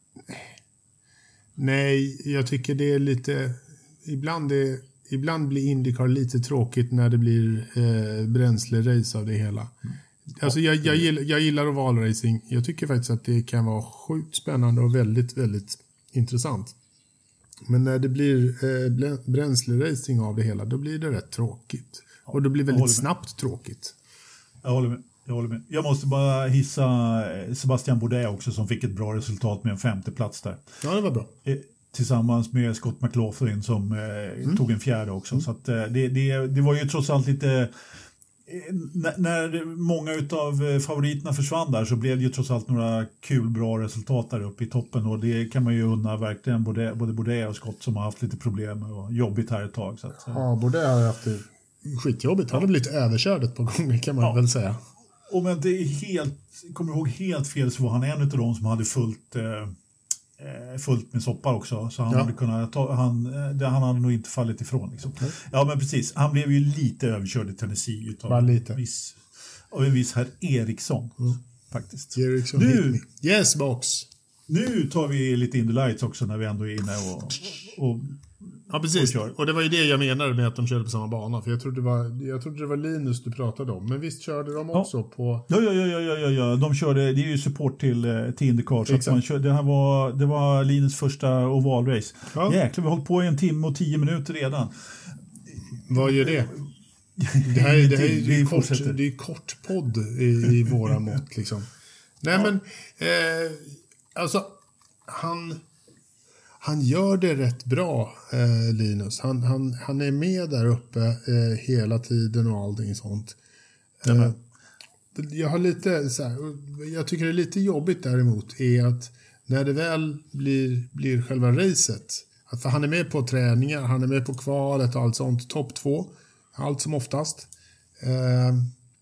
Nej, jag tycker det är lite... Ibland, är, ibland blir Indycar lite tråkigt när det blir eh, bränslerace av det hela. Mm. Alltså jag, jag, gillar, jag gillar ovalracing. Jag tycker faktiskt att det kan vara sjukt spännande och väldigt, väldigt intressant. Men när det blir eh, bränsleracing av det hela, då blir det rätt tråkigt. Och det blir väldigt snabbt tråkigt. Jag håller med. Jag håller med. Jag måste bara hissa Sebastian Bourdais också som fick ett bra resultat med en femte plats där. Ja, det var bra. Eh, tillsammans med Scott McLaughlin som eh, mm. tog en fjärde också. Mm. Så att, eh, det, det, det var ju trots allt lite... När, när många utav favoriterna försvann där så blev det ju trots allt några kul bra resultat där uppe i toppen och det kan man ju unna verkligen både, både Bourdais och Scott som har haft lite problem och jobbigt här ett tag. Så att, ja, Bourdais har haft det skitjobbigt. Han har blivit överkörd ett par gånger kan man ja. väl säga. Och men det är helt, kommer ihåg helt fel så var han en av de som hade fullt eh, fullt med soppa också så han ja. hade kunnat ta, han, det, han hade nog inte fallit ifrån liksom. Mm. Ja men precis, han blev ju lite överkörd i Tennessee utav lite. Viss, av en viss herr Eriksson mm. faktiskt. Eriksson nu, yes box. Nu tar vi lite in the lights också när vi ändå är inne och, och ja precis, och, och det var ju det jag menade med att de körde på samma bana. För jag trodde det var, jag trodde det var Linus du pratade om. Men visst körde de också ja. på... Ja, ja, ja, ja, ja, ja. De körde, det är ju support till, till Indycar. Så att man körde, det här var, det var Linus första ovalrace. Ja. Jäklar, vi har hållit på i en timme och tio minuter redan. Vad gör det? Det här, det här är ju kort, det är kort podd i, i våra mått liksom. Nej ja. men, eh, alltså, han... Han gör det rätt bra, eh, Linus. Han, han, han är med där uppe eh, hela tiden och allting sånt. Eh, jag har lite så här, jag tycker det är lite jobbigt däremot är att när det väl blir, blir själva racet, att för han är med på träningar, han är med på kvalet och allt sånt, topp två, allt som oftast. Eh,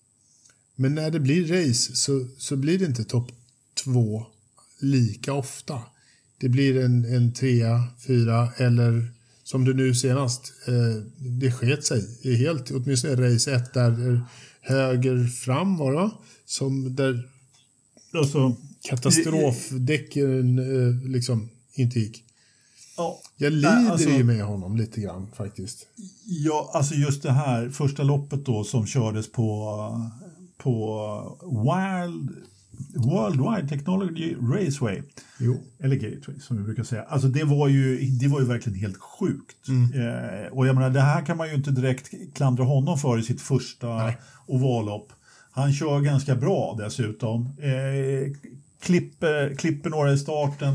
men när det blir race så, så blir det inte topp två lika ofta. Det blir en, en trea, fyra eller som det nu senast, eh, det sket sig helt, åtminstone race ett där höger fram var det, som där alltså, katastrofdäcken eh, liksom inte gick. Ja, jag lider alltså, ju med honom lite grann faktiskt. Ja, alltså just det här första loppet då som kördes på, på Wild... Worldwide Technology Raceway. Jo. Eller Gateway som vi brukar säga. Alltså det var ju, det var ju verkligen helt sjukt. Mm. Eh, och jag menar, det här kan man ju inte direkt klandra honom för i sitt första Nej. ovallopp. Han kör ganska bra dessutom. Eh, klipper, klipper några i starten.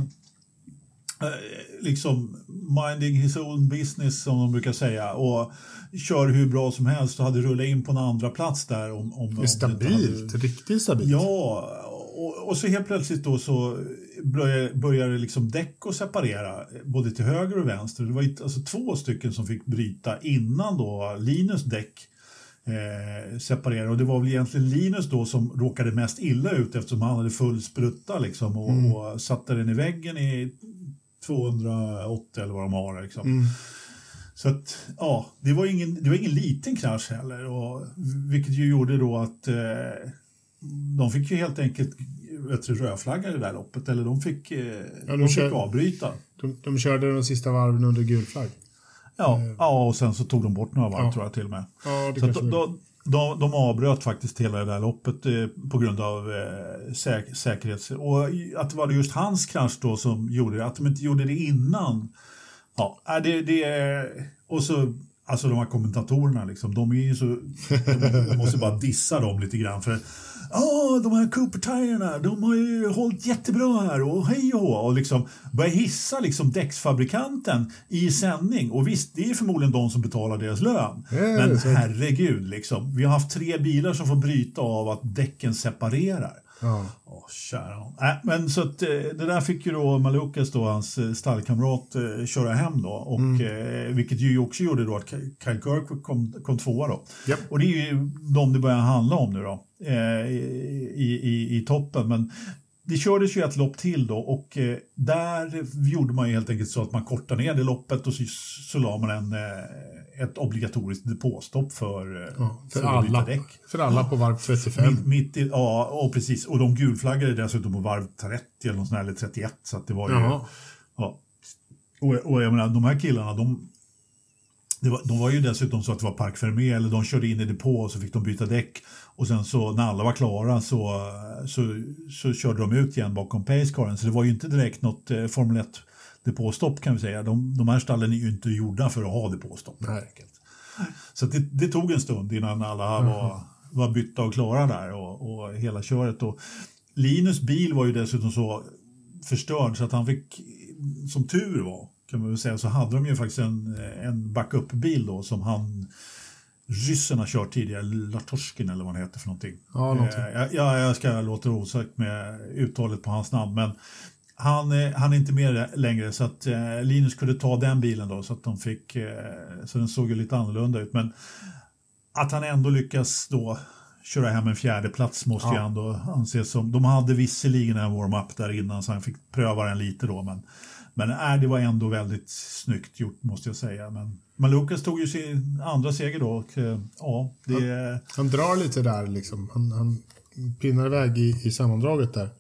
Eh, liksom minding his own business som de brukar säga. Och kör hur bra som helst och hade rullat in på en andra plats där. Om, om, det är stabilt, hade... riktigt stabilt. Ja, och, och så helt plötsligt då så börjar, börjar det liksom däck att separera både till höger och vänster. Det var alltså två stycken som fick bryta innan då Linus däck eh, separerade. Och det var väl egentligen Linus då som råkade mest illa ut eftersom han hade full sprutta liksom och, mm. och satte den i väggen i tvåhundraåttio eller vad de har liksom. Mm. Så att, ja, det var ingen, det var ingen liten krasch heller. Och, vilket ju gjorde då att eh, de fick ju helt enkelt vet du, rödflagga i det där loppet. Eller de fick, eh, ja, de de fick kör, avbryta. De, de körde de sista varven under gul flagg. Ja, eh. ja, och sen så tog de bort några varv ja. tror jag till och med. Ja, det så att, då, de, de avbröt faktiskt hela det där loppet eh, på grund av eh, säk, säkerhets... Och att det var just hans krasch då som gjorde det. Att de inte gjorde det innan... Ja, det, det är... Och så, alltså de här kommentatorerna liksom, de är ju så... De måste bara dissa dem lite grann för... Ja, de här Cooper-tyrerna, de har ju hållit jättebra här och hej och hå. Och liksom börja hissa liksom däcksfabrikanten i sändning. Och visst, det är förmodligen de som betalar deras lön. Mm, men herregud liksom, vi har haft tre bilar som får bryta av att däcken separerar. Ja. Åh, kära. Äh, men så att, det där fick ju då Malukas då, hans stallkamrat, eh, köra hem då. Och, mm. eh, vilket ju också gjorde då att Kyle Kirkwood kom, kom tvåa då. Yep. Och det är ju de det börjar handla om nu då. Eh, i, i, I toppen. Men det kördes ju ett lopp till då. Och eh, där gjorde man ju helt enkelt så att man kortade ner det loppet. Och så, så la man en... Eh, ett obligatoriskt depåstopp för, ja, för, för alla, däck. för alla på varv trettiofem. Mitt, mitt i, ja, och precis. Och de gulflaggade dessutom på varv trettio eller något sånt här, eller trettioett. Så att det var ju... Jaha. Ja. Och, och jag menar, de här killarna, de, det var, de var ju dessutom så att det var Parc Fermé, eller de körde in i depå och så fick de byta däck. Och sen så när alla var klara så, så, så körde de ut igen bakom pacecaren. Så det var ju inte direkt något eh, Formel ett depåstopp kan vi säga. De, de här stallen är ju inte gjorda för att ha depåstopp. Nej. Så det, det tog en stund innan alla mm. var, var bytta och klara där och, och hela köret. Och Linus bil var ju dessutom så förstörd så att han fick, som tur var kan man väl säga, så hade de ju faktiskt en, en backup-bil då som han ryssen har kört tidigare, Latorskin eller vad han heter för någonting. Ja, någonting. Eh, jag, jag ska låta det osagt med uttalet på hans namn, men Han, han är inte med längre så att eh, Linus kunde ta den bilen då så att de fick eh, så den såg ju lite annorlunda ut, men att han ändå lyckas då köra hem en fjärde plats måste ja. ju ändå anses som, de hade visserligen en warm-up där innan så han fick pröva den lite då, men, men äh, det var ändå väldigt snyggt gjort måste jag säga. Men Malukas tog ju sin andra seger då och eh, ja det... han, han drar lite där liksom, han, han pinnar iväg i, i sammandraget där.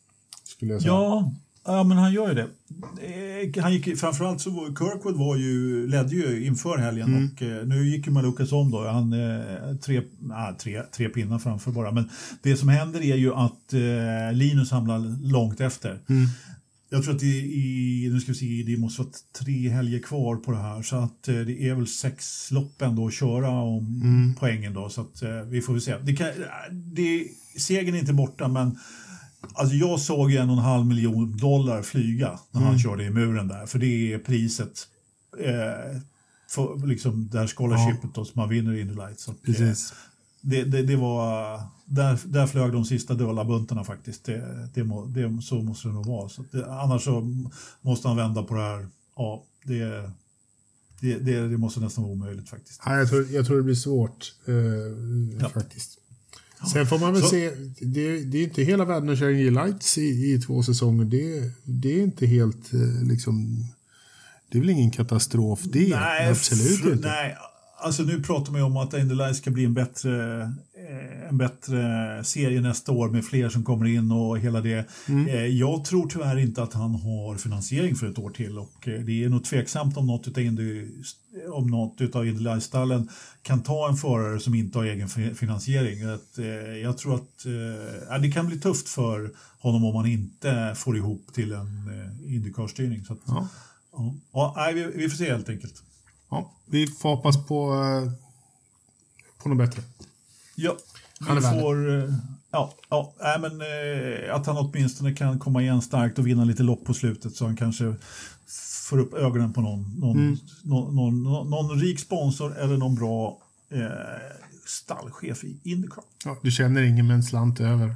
Ja, ja, men han gör ju det. Han gick, framförallt så var Kirkwood var ju, ledde ju inför helgen mm. och eh, nu gick ju Malukas om då. Han eh, tre, ah, tre, tre pinnar framför bara. Men det som händer är ju att eh, Linus hamnar långt efter. Mm. Jag tror att det, i, nu ska vi se, det måste vara tre helger kvar på det här. Så att eh, det är väl sex lopp ändå att köra om mm. poängen då. Så att eh, vi får väl se. Det kan, det, segern är inte borta, men alltså jag såg en och en halv miljon dollar flyga när han mm. körde i muren där. För det är priset eh, för liksom det här scholarshipet ja. som man vinner i Indy Lights. Så precis. Eh, det, det, det var, där, där flög de sista dollar-buntarna faktiskt. Det, det, må, det, så måste det nog vara. Så det, annars så måste han vända på det här. Ja, det, det, det, det måste nästan vara omöjligt faktiskt. Ja, jag, tror, jag tror det blir svårt eh, ja. faktiskt. Sen får man väl så. se, det, det är inte hela världen att köra Indy Lights i, i två säsonger. Det, det är inte helt liksom, det är väl ingen katastrof det, nej, absolut fr- inte. Nej, alltså nu pratar man ju om att Indy Lights ska bli en bättre, en bättre serie nästa år med fler som kommer in och hela det. Mm. Jag tror tyvärr inte att han har finansiering för ett år till och det är nog tveksamt om något utav Indy, om något utav Indy Lights-stallen kan ta en förare som inte har egen finansiering. Att, eh, jag tror att eh, det kan bli tufft för honom om man inte får ihop till en eh, IndyCar-styrning. Så att, ja. Ja, ja, nej, vi, vi får se helt enkelt. Ja, vi får hoppas på, eh, på något bättre. Ja, vi får... Eh, ja, ja nej, men eh, att han åtminstone kan komma igen starkt och vinna lite lopp på slutet så han kanske får upp ögonen på någon, någon, mm. någon, någon, någon, någon rik sponsor eller någon bra eh, stallchef i IndyCar. Ja, du känner ingen med en slant över?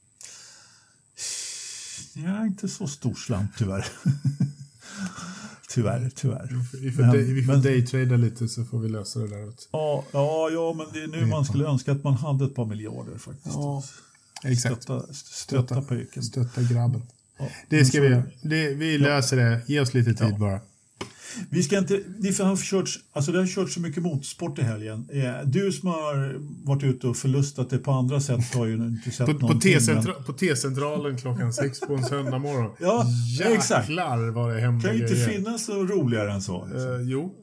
Ja, inte så stor slant tyvärr. tyvärr, tyvärr. Vi får, men, day, vi får men, daytrada lite så får vi lösa det där. Ja, ja, ja men det är nu man skulle önska att man hade ett par miljarder faktiskt. Ja, exakt. Stötta, stötta pojken. Stötta grabben. Ja, det ska vi det, Vi löser ja. det. Ge oss lite tid ja. bara. Vi ska inte, det har kört, alltså det har kört så mycket motorsport i helgen. Du som har varit ute och förlustat det på andra sätt har ju inte sett på, någonting. På, T-centra, men... på T-centralen klockan sex på en söndag morgon. Ja, jäklar exakt. Vad det händer. Kan ju inte finnas så roligare än så. Liksom. Uh, jo.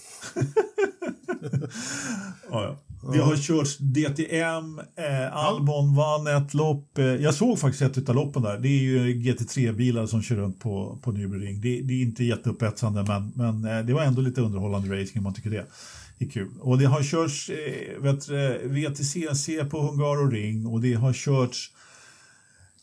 ja, ja. Det har körts D T M, eh, Albon vann ett lopp. Eh, jag såg faktiskt ett av loppen där. Det är ju G T tre-bilar som kör runt på, på Nürburgring. Det, det är inte jätteupphetsande, men, men eh, det var ändå lite underhållande racing om man tycker det är kul. Och det har körts eh, vet, V T C C på Hungaroring och det har körts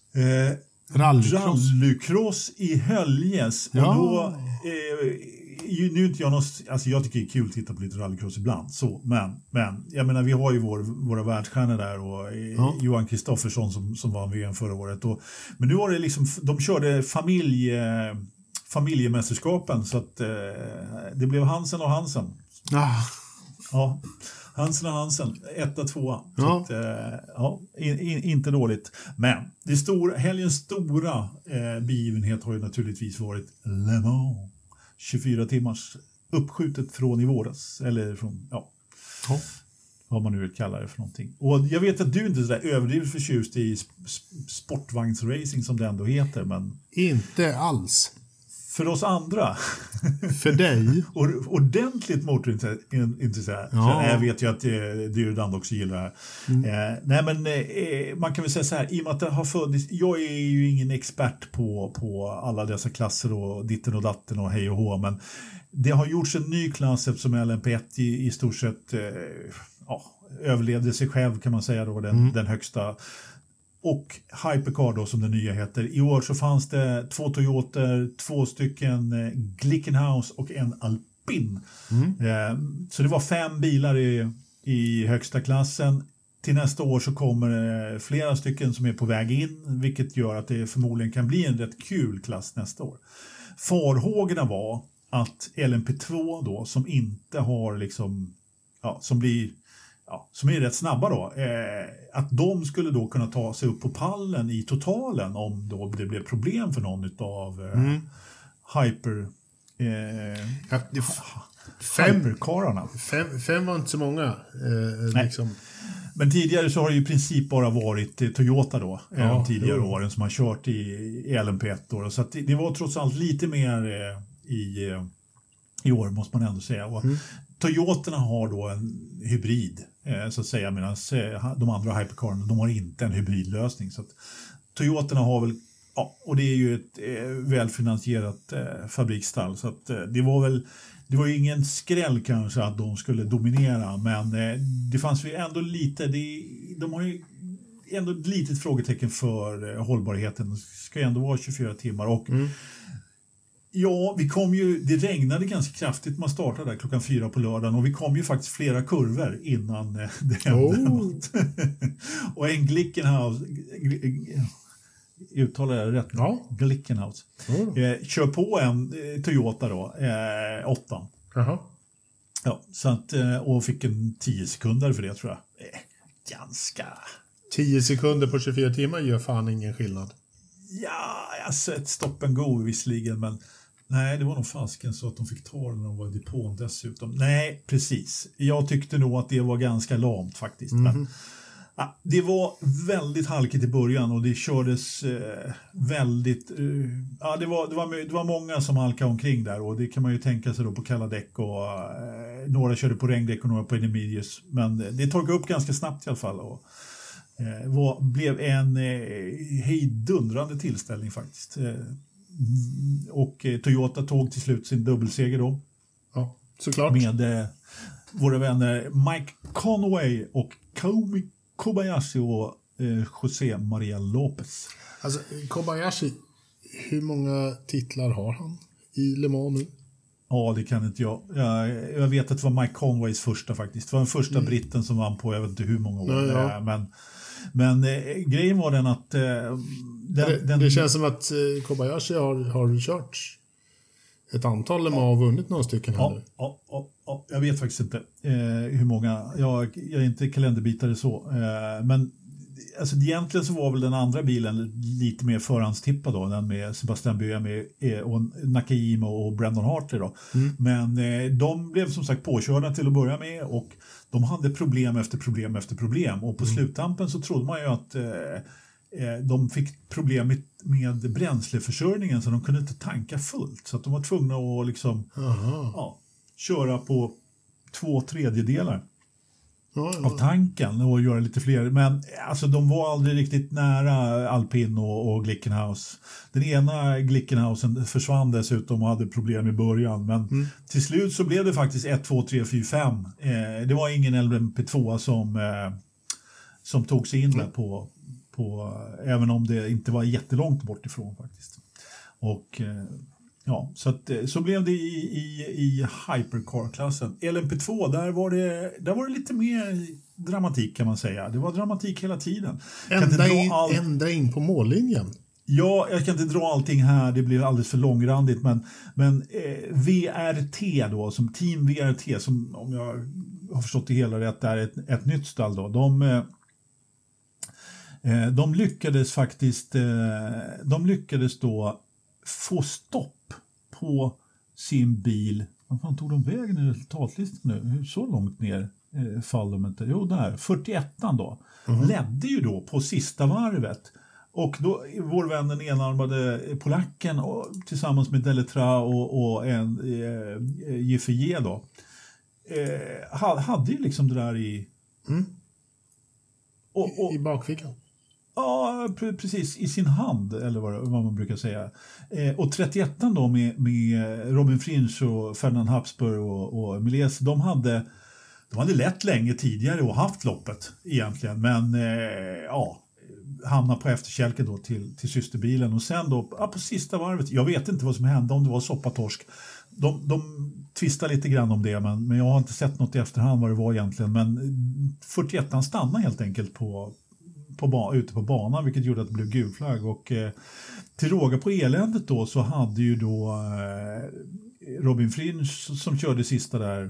eh, rallycross. rallycross i Höljes. Ja. Och då... Eh, nu är inte jag någon, alltså jag tycker det är kul att titta på lite rallycross ibland, så, men, men jag menar vi har ju vår, våra världsstjärnor där och ja. Johan Kristoffersson som, som var V M förra året och, men nu var det liksom, de körde familje, familjemästerskapen så att eh, det blev Hansen och Hansen. Ah. Ja, Hansen och Hansen, etta, tvåa. Ja. Att, eh, ja, in, in, inte dåligt. Men det stora, helgens stora eh, begivenhet har ju naturligtvis varit Le Mans. tjugofyra timmars uppskjutet från i våras. Eller från, ja, ja. vad man nu vill kalla det för någonting. Och jag vet att du inte är så där överdrivet förtjust i sp- sportvagnsracing som det ändå heter. Men inte alls. För oss andra. För dig. Ordentligt motorintresserad. Ja. Jag vet ju att Dyrdan också gillar det här. Mm. Eh, nej men eh, man kan väl säga så här. I och med att det har funnits. Jag är ju ingen expert på, på alla dessa klasser och ditten och datten och hej och hå. Men det har gjorts en ny klass eftersom L M P ett i, i stort sett eh, ja, överlevde sig själv kan man säga då. Den, mm. den högsta. Och Hypercar då som den nya heter. I år så fanns det två Toyoter, två stycken eh, Glickenhaus och en Alpin. Mm. Eh, så det var fem bilar i, i högsta klassen. Till nästa år så kommer det flera stycken som är på väg in. Vilket gör att det förmodligen kan bli en rätt kul klass nästa år. Farhågorna var att L M P två då som inte har liksom, ja, som blir... Ja, som är rätt snabba då, eh, att de skulle då kunna ta sig upp på pallen i totalen om då det blev problem för någon av eh, mm. hyper eh, ja, det fem, hyperkararna. Fem, fem var inte så många. Eh, liksom. Men tidigare så har det ju i princip bara varit eh, Toyota då, ja, eh, de tidigare jo. åren som har kört i, i L M P ett då. Så att det, det var trots allt lite mer eh, i, eh, i år måste man ändå säga. Och mm. Toyoterna har då en hybrid eh, så att säga medan eh, de andra hypercarerna de har inte en hybridlösning så att Toyoterna har väl ja och det är ju ett eh, välfinansierat eh, fabriksstall så att eh, det var väl det var ju ingen skräll kanske att de skulle dominera men eh, det fanns ju ändå lite det, de har ju ändå ett litet frågetecken för eh, hållbarheten det ska ju ändå vara tjugofyra timmar och mm. Ja, vi kom ju, det regnade ganska kraftigt man startade där klockan fyra på lördagen och vi kom ju faktiskt flera kurvor innan det hände oh. något. Och en Glickenhaus, uttalar jag rätt? Ja. Glickenhaus. Oh. Eh, kör på en eh, Toyota då, eh, åttan. Uh-huh. Ja, så att, eh, och fick en tio sekunder för det tror jag. Eh, ganska. tio sekunder på tjugofyra timmar gör fan ingen skillnad. Ja, jag har sett stop and go visserligen, men nej, det var nog fasken så att de fick ta den när de var i depån dessutom. Nej, precis. Jag tyckte nog att det var ganska lamt faktiskt. Mm. Men, ja, det var väldigt halkigt i början och det kördes eh, väldigt... Eh, ja, det var, det, var, det var många som halkade omkring där och det kan man ju tänka sig då på kalla däck och eh, några körde på regndäck och några på Intermedius. Men det tog upp ganska snabbt i alla fall och Eh, var, blev en eh, hejdundrande tillställning faktiskt. Eh, och eh, Toyota tog till slut sin dubbelseger då. Ja, såklart. Med eh, våra vänner Mike Conway och Kaomi Kobayashi och eh, José Maria Lopez. Alltså Kobayashi, hur många titlar har han i Le Mans nu? Ja, det kan inte jag. jag. Jag vet att det var Mike Conways första faktiskt. Det var den första mm. britten som vann på jag vet inte hur många år. Ja, ja. Men, men eh, grejen var den att... Eh, den, det, den, det känns som att eh, Kobayashi har, har kört ett antal Le Mans och vunnit några stycken. Ja, ja, ja, ja, jag vet faktiskt inte eh, hur många. Jag, jag är inte kalenderbitare så. Eh, men alltså, egentligen så var väl den andra bilen lite mer förhandstippad då. Den med Sebastian Buemi och Nakajima och Brandon Hartley då. Mm. Men eh, de blev som sagt påkörda till att börja med och de hade problem efter problem efter problem. Och på mm. sluttampen så trodde man ju att eh, de fick problem med, med bränsleförsörjningen så de kunde inte tanka fullt. Så att de var tvungna att liksom, ja, köra på två tredjedelar. Ja, ja. Av tanken och göra lite fler. Men alltså, de var aldrig riktigt nära Alpin och, och Glickenhaus. Den ena Glickenhausen försvann dessutom och hade problem i början. Men mm. till slut så blev det faktiskt ett, två, tre, fyra, fem. Eh, det var ingen L M P två som, eh, som tog sig in mm. där på, på, även om det inte var jättelångt bort ifrån faktiskt. Och eh, Ja, så, att, så blev det i, i, i hypercar-klassen. L M P två, där var, det, där var det lite mer dramatik kan man säga. Det var dramatik hela tiden. Ända in, all... ända in på mållinjen. Ja, jag kan inte dra allting här, det blir alldeles för långrandigt. Men, men eh, V R T då, som Team V R T, som om jag har förstått det hela rätt, är ett, ett nytt stall då. De... Eh, De lyckades faktiskt de lyckades då få stopp på sin bil. Vad fan tog de vägen i resultatlistan nu? Hur så långt ner fall de inte? Jo, där. fyrtioettan då. Mm. Ledde ju då på sista varvet. Och då vår vän den enarmade polacken och, tillsammans med Deletra och, och en eh, J F J då. Eh, hade ju liksom det där i... Mm. Och, och, I bakfickan. Ja, precis. I sin hand, eller vad, vad man brukar säga. Eh, och trettioettan då med, med Robin Fringe och Ferdinand Habsburg och, och Miles, de hade, de hade lätt länge tidigare och haft loppet egentligen. Men eh, ja, hamna på efterkälken då till, till systerbilen. Och sen då, ja, på sista varvet, jag vet inte vad som hände, om det var soppatorsk. De, de tvistar lite grann om det, men, men jag har inte sett något i efterhand vad det var egentligen. Men fyrtioettan stannade helt enkelt på På ba- ute på banan, vilket gjorde att det blev gul flagg. Och eh, till råga på eländet då så hade ju då eh, Robin Fringe som körde sista där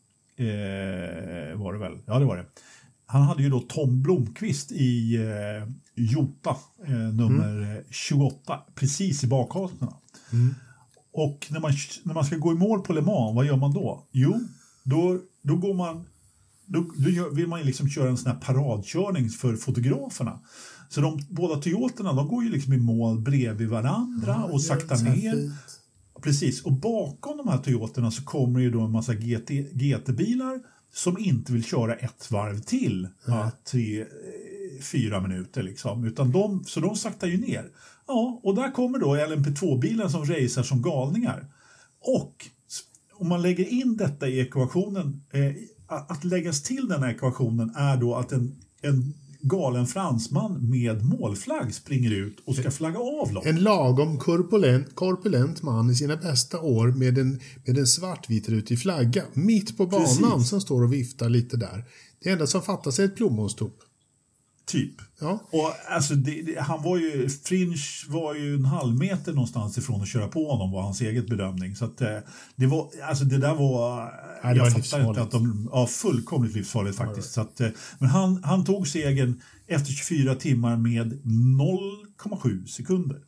eh, var det väl? Ja, det var det. Han hade ju då Tom Blomqvist i eh, Jota eh, nummer mm. tjugoåtta precis i bakhasorna. Mm. Och när man, när man ska gå i mål på Le Mans, vad gör man då? Jo, då, då går man Då, då vill man ju liksom köra en sån här paradkörning för fotograferna. Så de båda Toyotorna, de går ju liksom i mål bredvid varandra ja, och saktar ner. Fint. Precis, och bakom de här Toyotorna så kommer ju då en massa G T, G T-bilar som inte vill köra ett varv till. Ja. Ja, tre, fyra minuter liksom. Utan de, så de saktar ju ner. Ja, och där kommer då L M P två-bilar som racear som galningar. Och om man lägger in detta i ekvationen... Eh, Att läggas till den här ekvationen är då att en, en galen fransman med målflagg springer ut och ska flagga av lopp. En lagom korpulent, korpulent man i sina bästa år med en, med en svartvitrutig flagga mitt på banan. Precis. Som står och viftar lite där. Det enda som fattas är ett plommonstop. Typ. Ja. Och alltså det, det, han var ju, Fringe var ju en halv meter någonstans ifrån att köra på honom, var hans eget bedömning. Så att det var, alltså det där var, ja, det jag var fattar inte att de, ja, fullkomligt livsfarligt faktiskt. Så att, men han, han tog segern efter tjugofyra timmar med noll komma sju sekunder.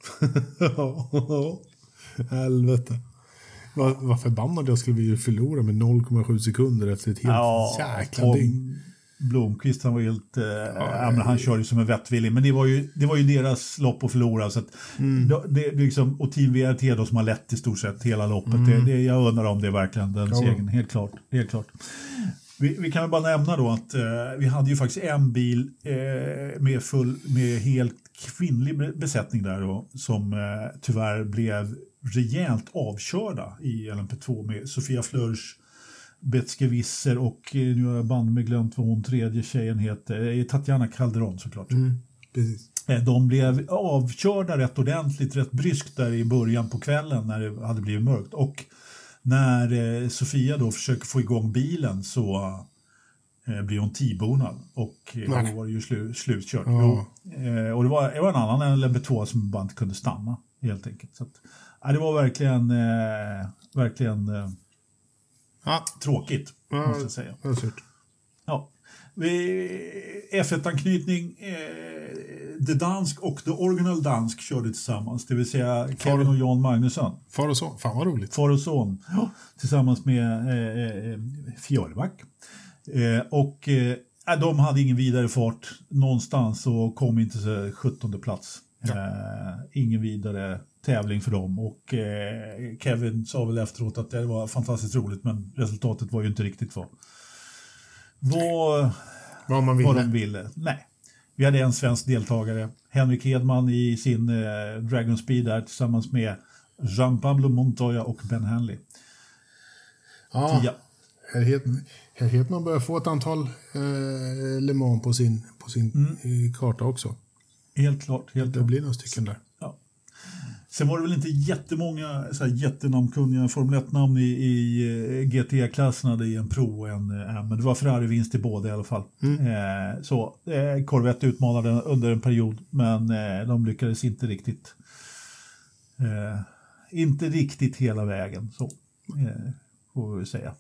Helvete. Vad, vad förbannad jag skulle vi förlora med noll komma sju sekunder efter ett helt ja, jäkla dygn. Blomqvist, han var helt eh, ja, ja, men han körde som en vettvillig, men det var ju det var ju deras lopp att förlora, så att mm. det, det liksom, och Team V R T då som har lett i stort sett hela loppet. Mm. Det, det, jag undrar om det är verkligen den ja. segern, helt klart, helt klart. Vi, vi kan väl bara nämna då att eh, vi hade ju faktiskt en bil eh, med full med helt kvinnlig besättning där då, som eh, tyvärr blev rejält avkörda i L M P två med Sofia Flörs, Betske Visser och nu har jag band med glömt vad hon tredje tjejen heter, Tatjana Calderon såklart. Mm, precis. De blev avkörda rätt ordentligt, rätt bryskt där i början på kvällen när det hade blivit mörkt. Och när Sofia då försöker få igång bilen så blir hon tibonad och då var det ju slu, slutkört. Ja. Och det var, det var en annan L M P två som bara inte kunde stanna helt enkelt. Så att, ja, det var verkligen eh, verkligen eh, ja. tråkigt, ja, måste jag säga. Det är surt. Ja. F ett-anknytning, eh, The Dansk och The Original Dansk körde tillsammans, det vill säga Kevin och Jan Magnusson. Far och son, fan vad roligt. Far och son, ja, tillsammans med eh, Fjörback. Eh, och eh, de hade ingen vidare fart någonstans och kom inte så sjuttonde plats. Ja. Eh, ingen vidare tävling för dem, och eh, Kevin sa väl efteråt att det var fantastiskt roligt, men resultatet var ju inte riktigt vad vad, vad man ville. Vad de ville. Nej. Vi hade en svensk deltagare, Henrik Hedman i sin eh, Dragon Speed där tillsammans med Jean-Pablo Montoya och Ben Hanley. Ja, Tia. Herr Hedman, herr Hedman börjar få ett antal eh, Le Mans på sin, på sin mm. karta också. Helt klart. Helt det klart. blir några stycken där. Ja. Sen var det väl inte jättemånga så här jättenamnkunniga Formel ett-namn i, i G T E-klasserna i en Pro och en M, men det var Ferrari-vinst i båda i alla fall. Mm. Eh, så eh, Corvette utmanade under en period, men eh, de lyckades inte riktigt eh, inte riktigt hela vägen, så eh, får vi säga.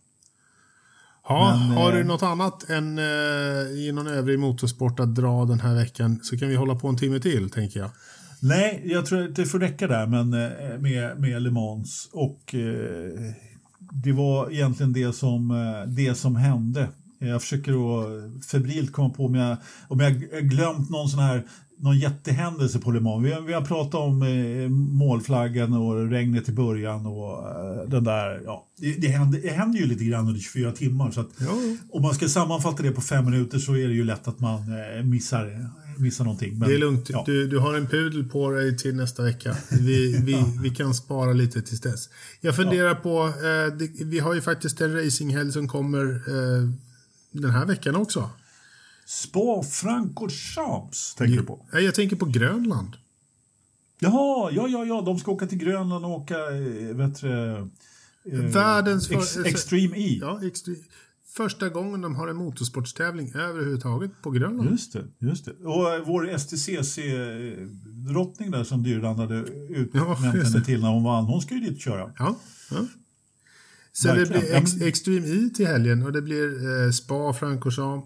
Ja, men, har eh, du något annat än eh, i någon övrig motorsport att dra den här veckan, så kan vi hålla på en timme till, tänker jag. Nej, jag tror att det får räcka där, men med, med Le Mans, och eh, det var egentligen det som, det som hände. Jag försöker då febrilt komma på om jag, om jag glömt någon sån här någon jättehändelse på Le Mans. Vi har, vi har pratat om eh, målflaggan och regnet i början och eh, den där, ja, det, det, händer, det händer ju lite grann under tjugofyra timmar, så att ja. Om man ska sammanfatta det på fem minuter så är det ju lätt att man eh, missar, missar någonting. Men, det är lugnt, ja. du, du har en pudel på dig till nästa vecka. Vi, vi, ja. vi kan spara lite tills dess. Jag funderar ja. på, eh, det, vi har ju faktiskt en racinghelg som kommer eh, den här veckan också. Spa-Francorchamps tänker du på? Jag, jag tänker på Grönland. Jaha, ja, ja, ja. De ska åka till Grönland och åka, vet du, eh, Världens för, ex, Extreme E. Ja, extreme. Första gången de har en motorsportstävling överhuvudtaget på Grönland. Just det, just det. Och vår S T C C-drottning där som Dyrland hade utnämnt ja, henne till när hon vann, hon ska ju dit köra. Ja, ja. Så verkligen. Det blir ex, Extreme E till helgen och det blir eh, Spa-Francorchamps.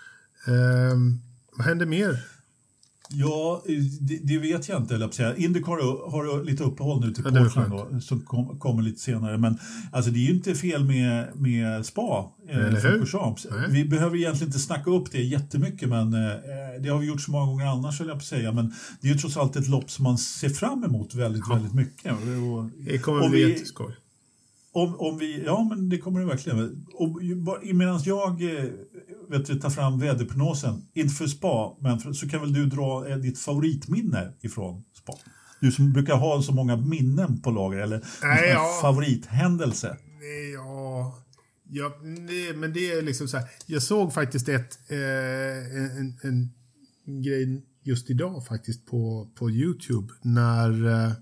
Um, vad händer mer? Ja, det, det vet jag inte. Eller Indycar har lite uppehåll nu till ja, Portland då, som kom, kommer lite senare. Men alltså, det är ju inte fel med, med Spa. Eh, vi behöver egentligen inte snacka upp det jättemycket, men eh, det har vi gjort så många gånger annars, vill jag på säga. Men det är ju trots allt ett lopp som man ser fram emot väldigt, ja. väldigt mycket. Och, det kommer bli jätteskoj. Om, om vi, ja, men det kommer det verkligen. Medan jag vet du, tar fram väderprognosen, inte för Spa, men för, så kan väl du dra ditt favoritminne ifrån Spa. Du som brukar ha så många minnen på lager, eller Nej, ja. favorithändelse. Ja, ja det, men det är liksom så här. Jag såg faktiskt ett eh, en, en grej just idag faktiskt på, på YouTube när eh,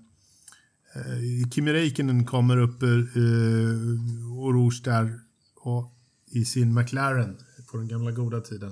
Kimi Räikkönen kommer upp ur uh, Rouge där och i sin McLaren på den gamla goda tiden.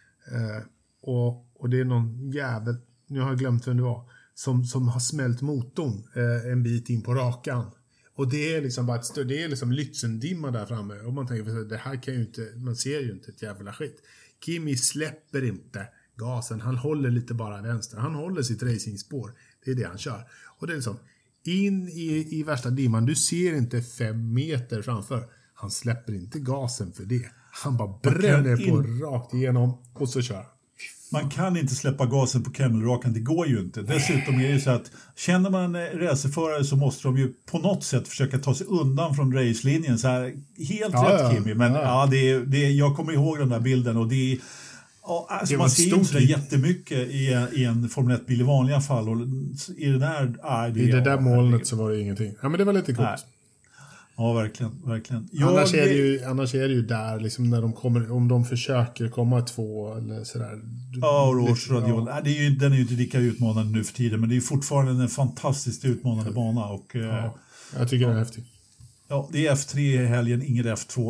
Uh, och, och det är någon jävel, nu har jag glömt vem det var, som, som har smält motorn uh, en bit in på rakan. Och det är liksom bara ett stö- det är liksom Lützendimma där framme. Och man tänker, det här kan ju inte, man ser ju inte ett jävla skit. Kimi släpper inte gasen, han håller lite bara vänster. Han håller sitt racingspår, det är det han kör. Och det är liksom in i, i värsta dimman. Du ser inte fem meter framför. Han släpper inte gasen för det. Han bara bränner in... på rakt igenom och så kör. Man kan inte släppa gasen på Kemmelrakan. Det går ju inte. Dessutom är det ju så att känner man racerförare så måste de ju på något sätt försöka ta sig undan från racelinjen. Så här, helt ja, rätt Kimi. Men ja. Ja, det, det, jag kommer ihåg den där bilden och det är Ja, alltså det man ser inte så jättemycket i, i en Formel ett-bil i vanliga fall. Och i det där, ah, det, I det ja, där molnet det, så var det ingenting. Ja, men det var lite coolt. Nej. Ja, verkligen. verkligen. Jag, annars, är det ju, annars är det ju där, liksom, när de kommer, om de försöker komma två eller sådär. Ja, och Rouge Radio. Ja. Det är ju, den är ju inte lika utmanande nu för tiden, men det är fortfarande en fantastiskt utmanande bana. Och, ja, jag tycker ja. den är häftig. Ja, det är F tre i helgen, inget F två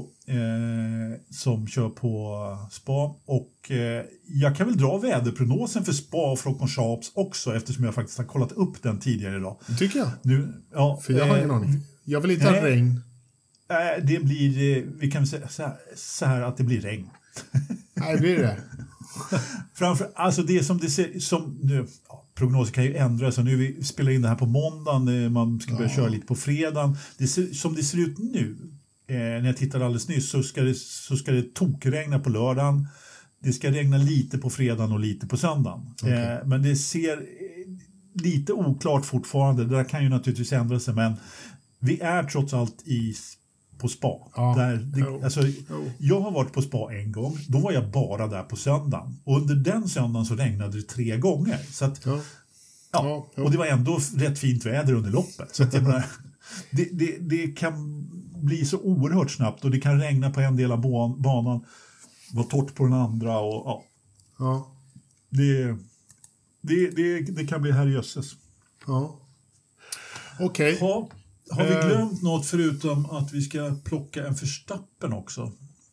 eh, som kör på Spa. Och eh, jag kan väl dra väderprognosen för Spa och Francorchamps också, eftersom jag faktiskt har kollat upp den tidigare idag. Tycker jag. Nu, ja, för jag har ingen eh, aning. Jag vill inte ha regn. Eh, det blir, vi kan säga så här, så här att det blir regn. Nej, blir det. Framför, alltså det som det ser som nu, ja, prognoser kan ju ändras, så nu vi spelar in det här på måndagen, man ska börja ja. köra lite på fredagen. Det ser, som det ser ut nu, eh, när jag tittade alldeles nyss, så ska det, så ska det tokregna på lördagen. Det ska regna lite på fredagen och lite på söndagen. Okay. Eh, men det ser lite oklart fortfarande. Det där kan ju naturligtvis ändra sig, men vi är trots allt i på Spa. Ja, där det, jo, alltså, jo. Jag har varit på Spa en gång. Då var jag bara där på söndagen. Och under den söndagen så regnade det tre gånger. Så att, ja. Ja, ja, och det var ändå rätt fint väder under loppet. Så att jag menar, det, det, det kan bli så oerhört snabbt. Och det kan regna på en del av banan. Vara torrt på den andra. Och, ja. Ja. Det, det, det, det kan bli herrejösses. Ja. Okej. Okay. Ha, har vi glömt uh, något förutom att vi ska plocka en Verstappen också?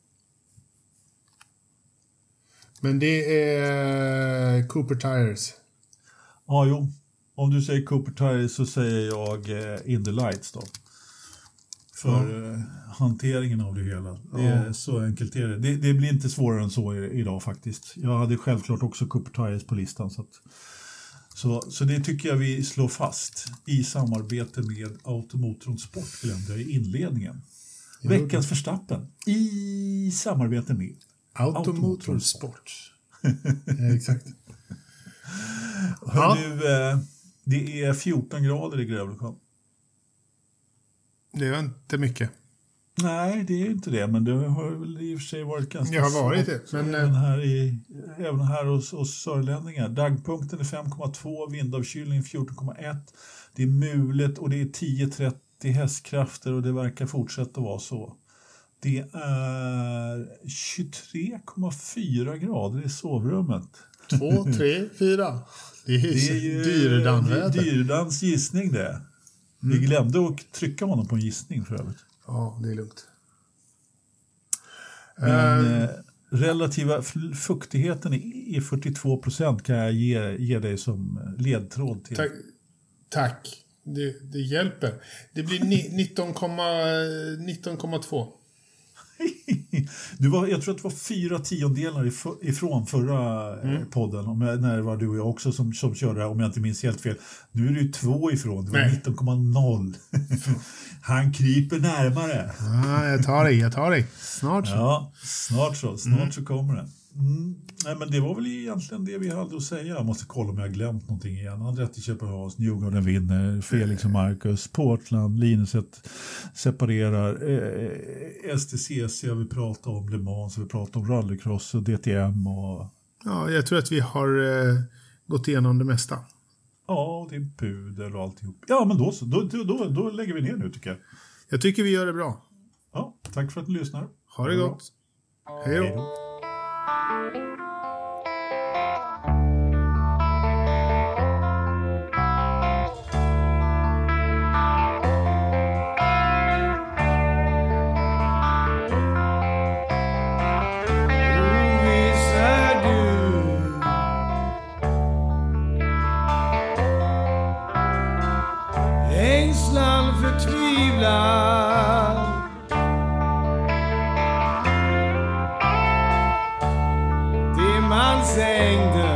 Men det är Cooper Tires. Ja, jo. Om du säger Cooper Tires så säger jag eh, In the Lights då. För mm. eh, hanteringen av det hela. Det är mm. så enkelt är det. det. Det blir inte svårare än så idag faktiskt. Jag hade självklart också Cooper Tires på listan. Så, att, så, så det tycker jag vi slår fast i samarbete med Automotorn Sport, glömde jag i inledningen. Jo, Veckans Verstappen i samarbete med Automotorn Sport. Ja, exakt. Hör ja. Du, eh, det är fjorton grader i Grövelsjön. Det är inte mycket. Nej, det är inte det. Men det har väl i och för sig varit ganska... Det har varit det. Men... Även här, i, även här hos, hos sörlänningar. Dagpunkten är fem komma två, vindavkylning fjorton komma ett. Det är mulet och det är tio till trettio hästkrafter och det verkar fortsätta vara så. Det är tjugotre komma fyra grader i sovrummet. Två, tre, fyra. Det är, det är ju Dyrdans Dyrdans gissning det. Mm. Vi glömde att trycka honom på en gissning för övrigt. Ja, det är lugnt. Men um, eh, relativa fuktigheten i fyrtiotvå procent kan jag ge, ge dig som ledtråd till. Tack. Tack. Det, det hjälper. Det blir nitton komma två. Du var, jag tror att det var fyra tiondelar ifrån förra mm. podden, om jag, när det var du och jag också som, som körde, om jag inte minns helt fel. Nu är det ju två ifrån, det var nitton komma noll. Han kryper närmare. Ja, jag tar dig, jag tar dig. Snart så. Ja, snart så, snart mm. så kommer det. Mm. Nej, men det var väl egentligen det vi hade att säga. Jag måste kolla om jag har glömt någonting igen. Andretti Köpenhamn, Newgarden vinner, Felix och Marcus, Portland, Linus separerar, eh, S T C C har vi pratat om, Le Mans, vi pratat om rallycross och D T M. Och... Ja, jag tror att vi har eh, gått igenom det mesta. Ja, och det är pudel och alltihop. Ja, men då, då, då, då, då lägger vi ner nu tycker jag. Jag tycker vi gör det bra. Ja, tack för att ni lyssnar. Ha det gott. Hej då. Ängslan, förtvivlan, det man sängde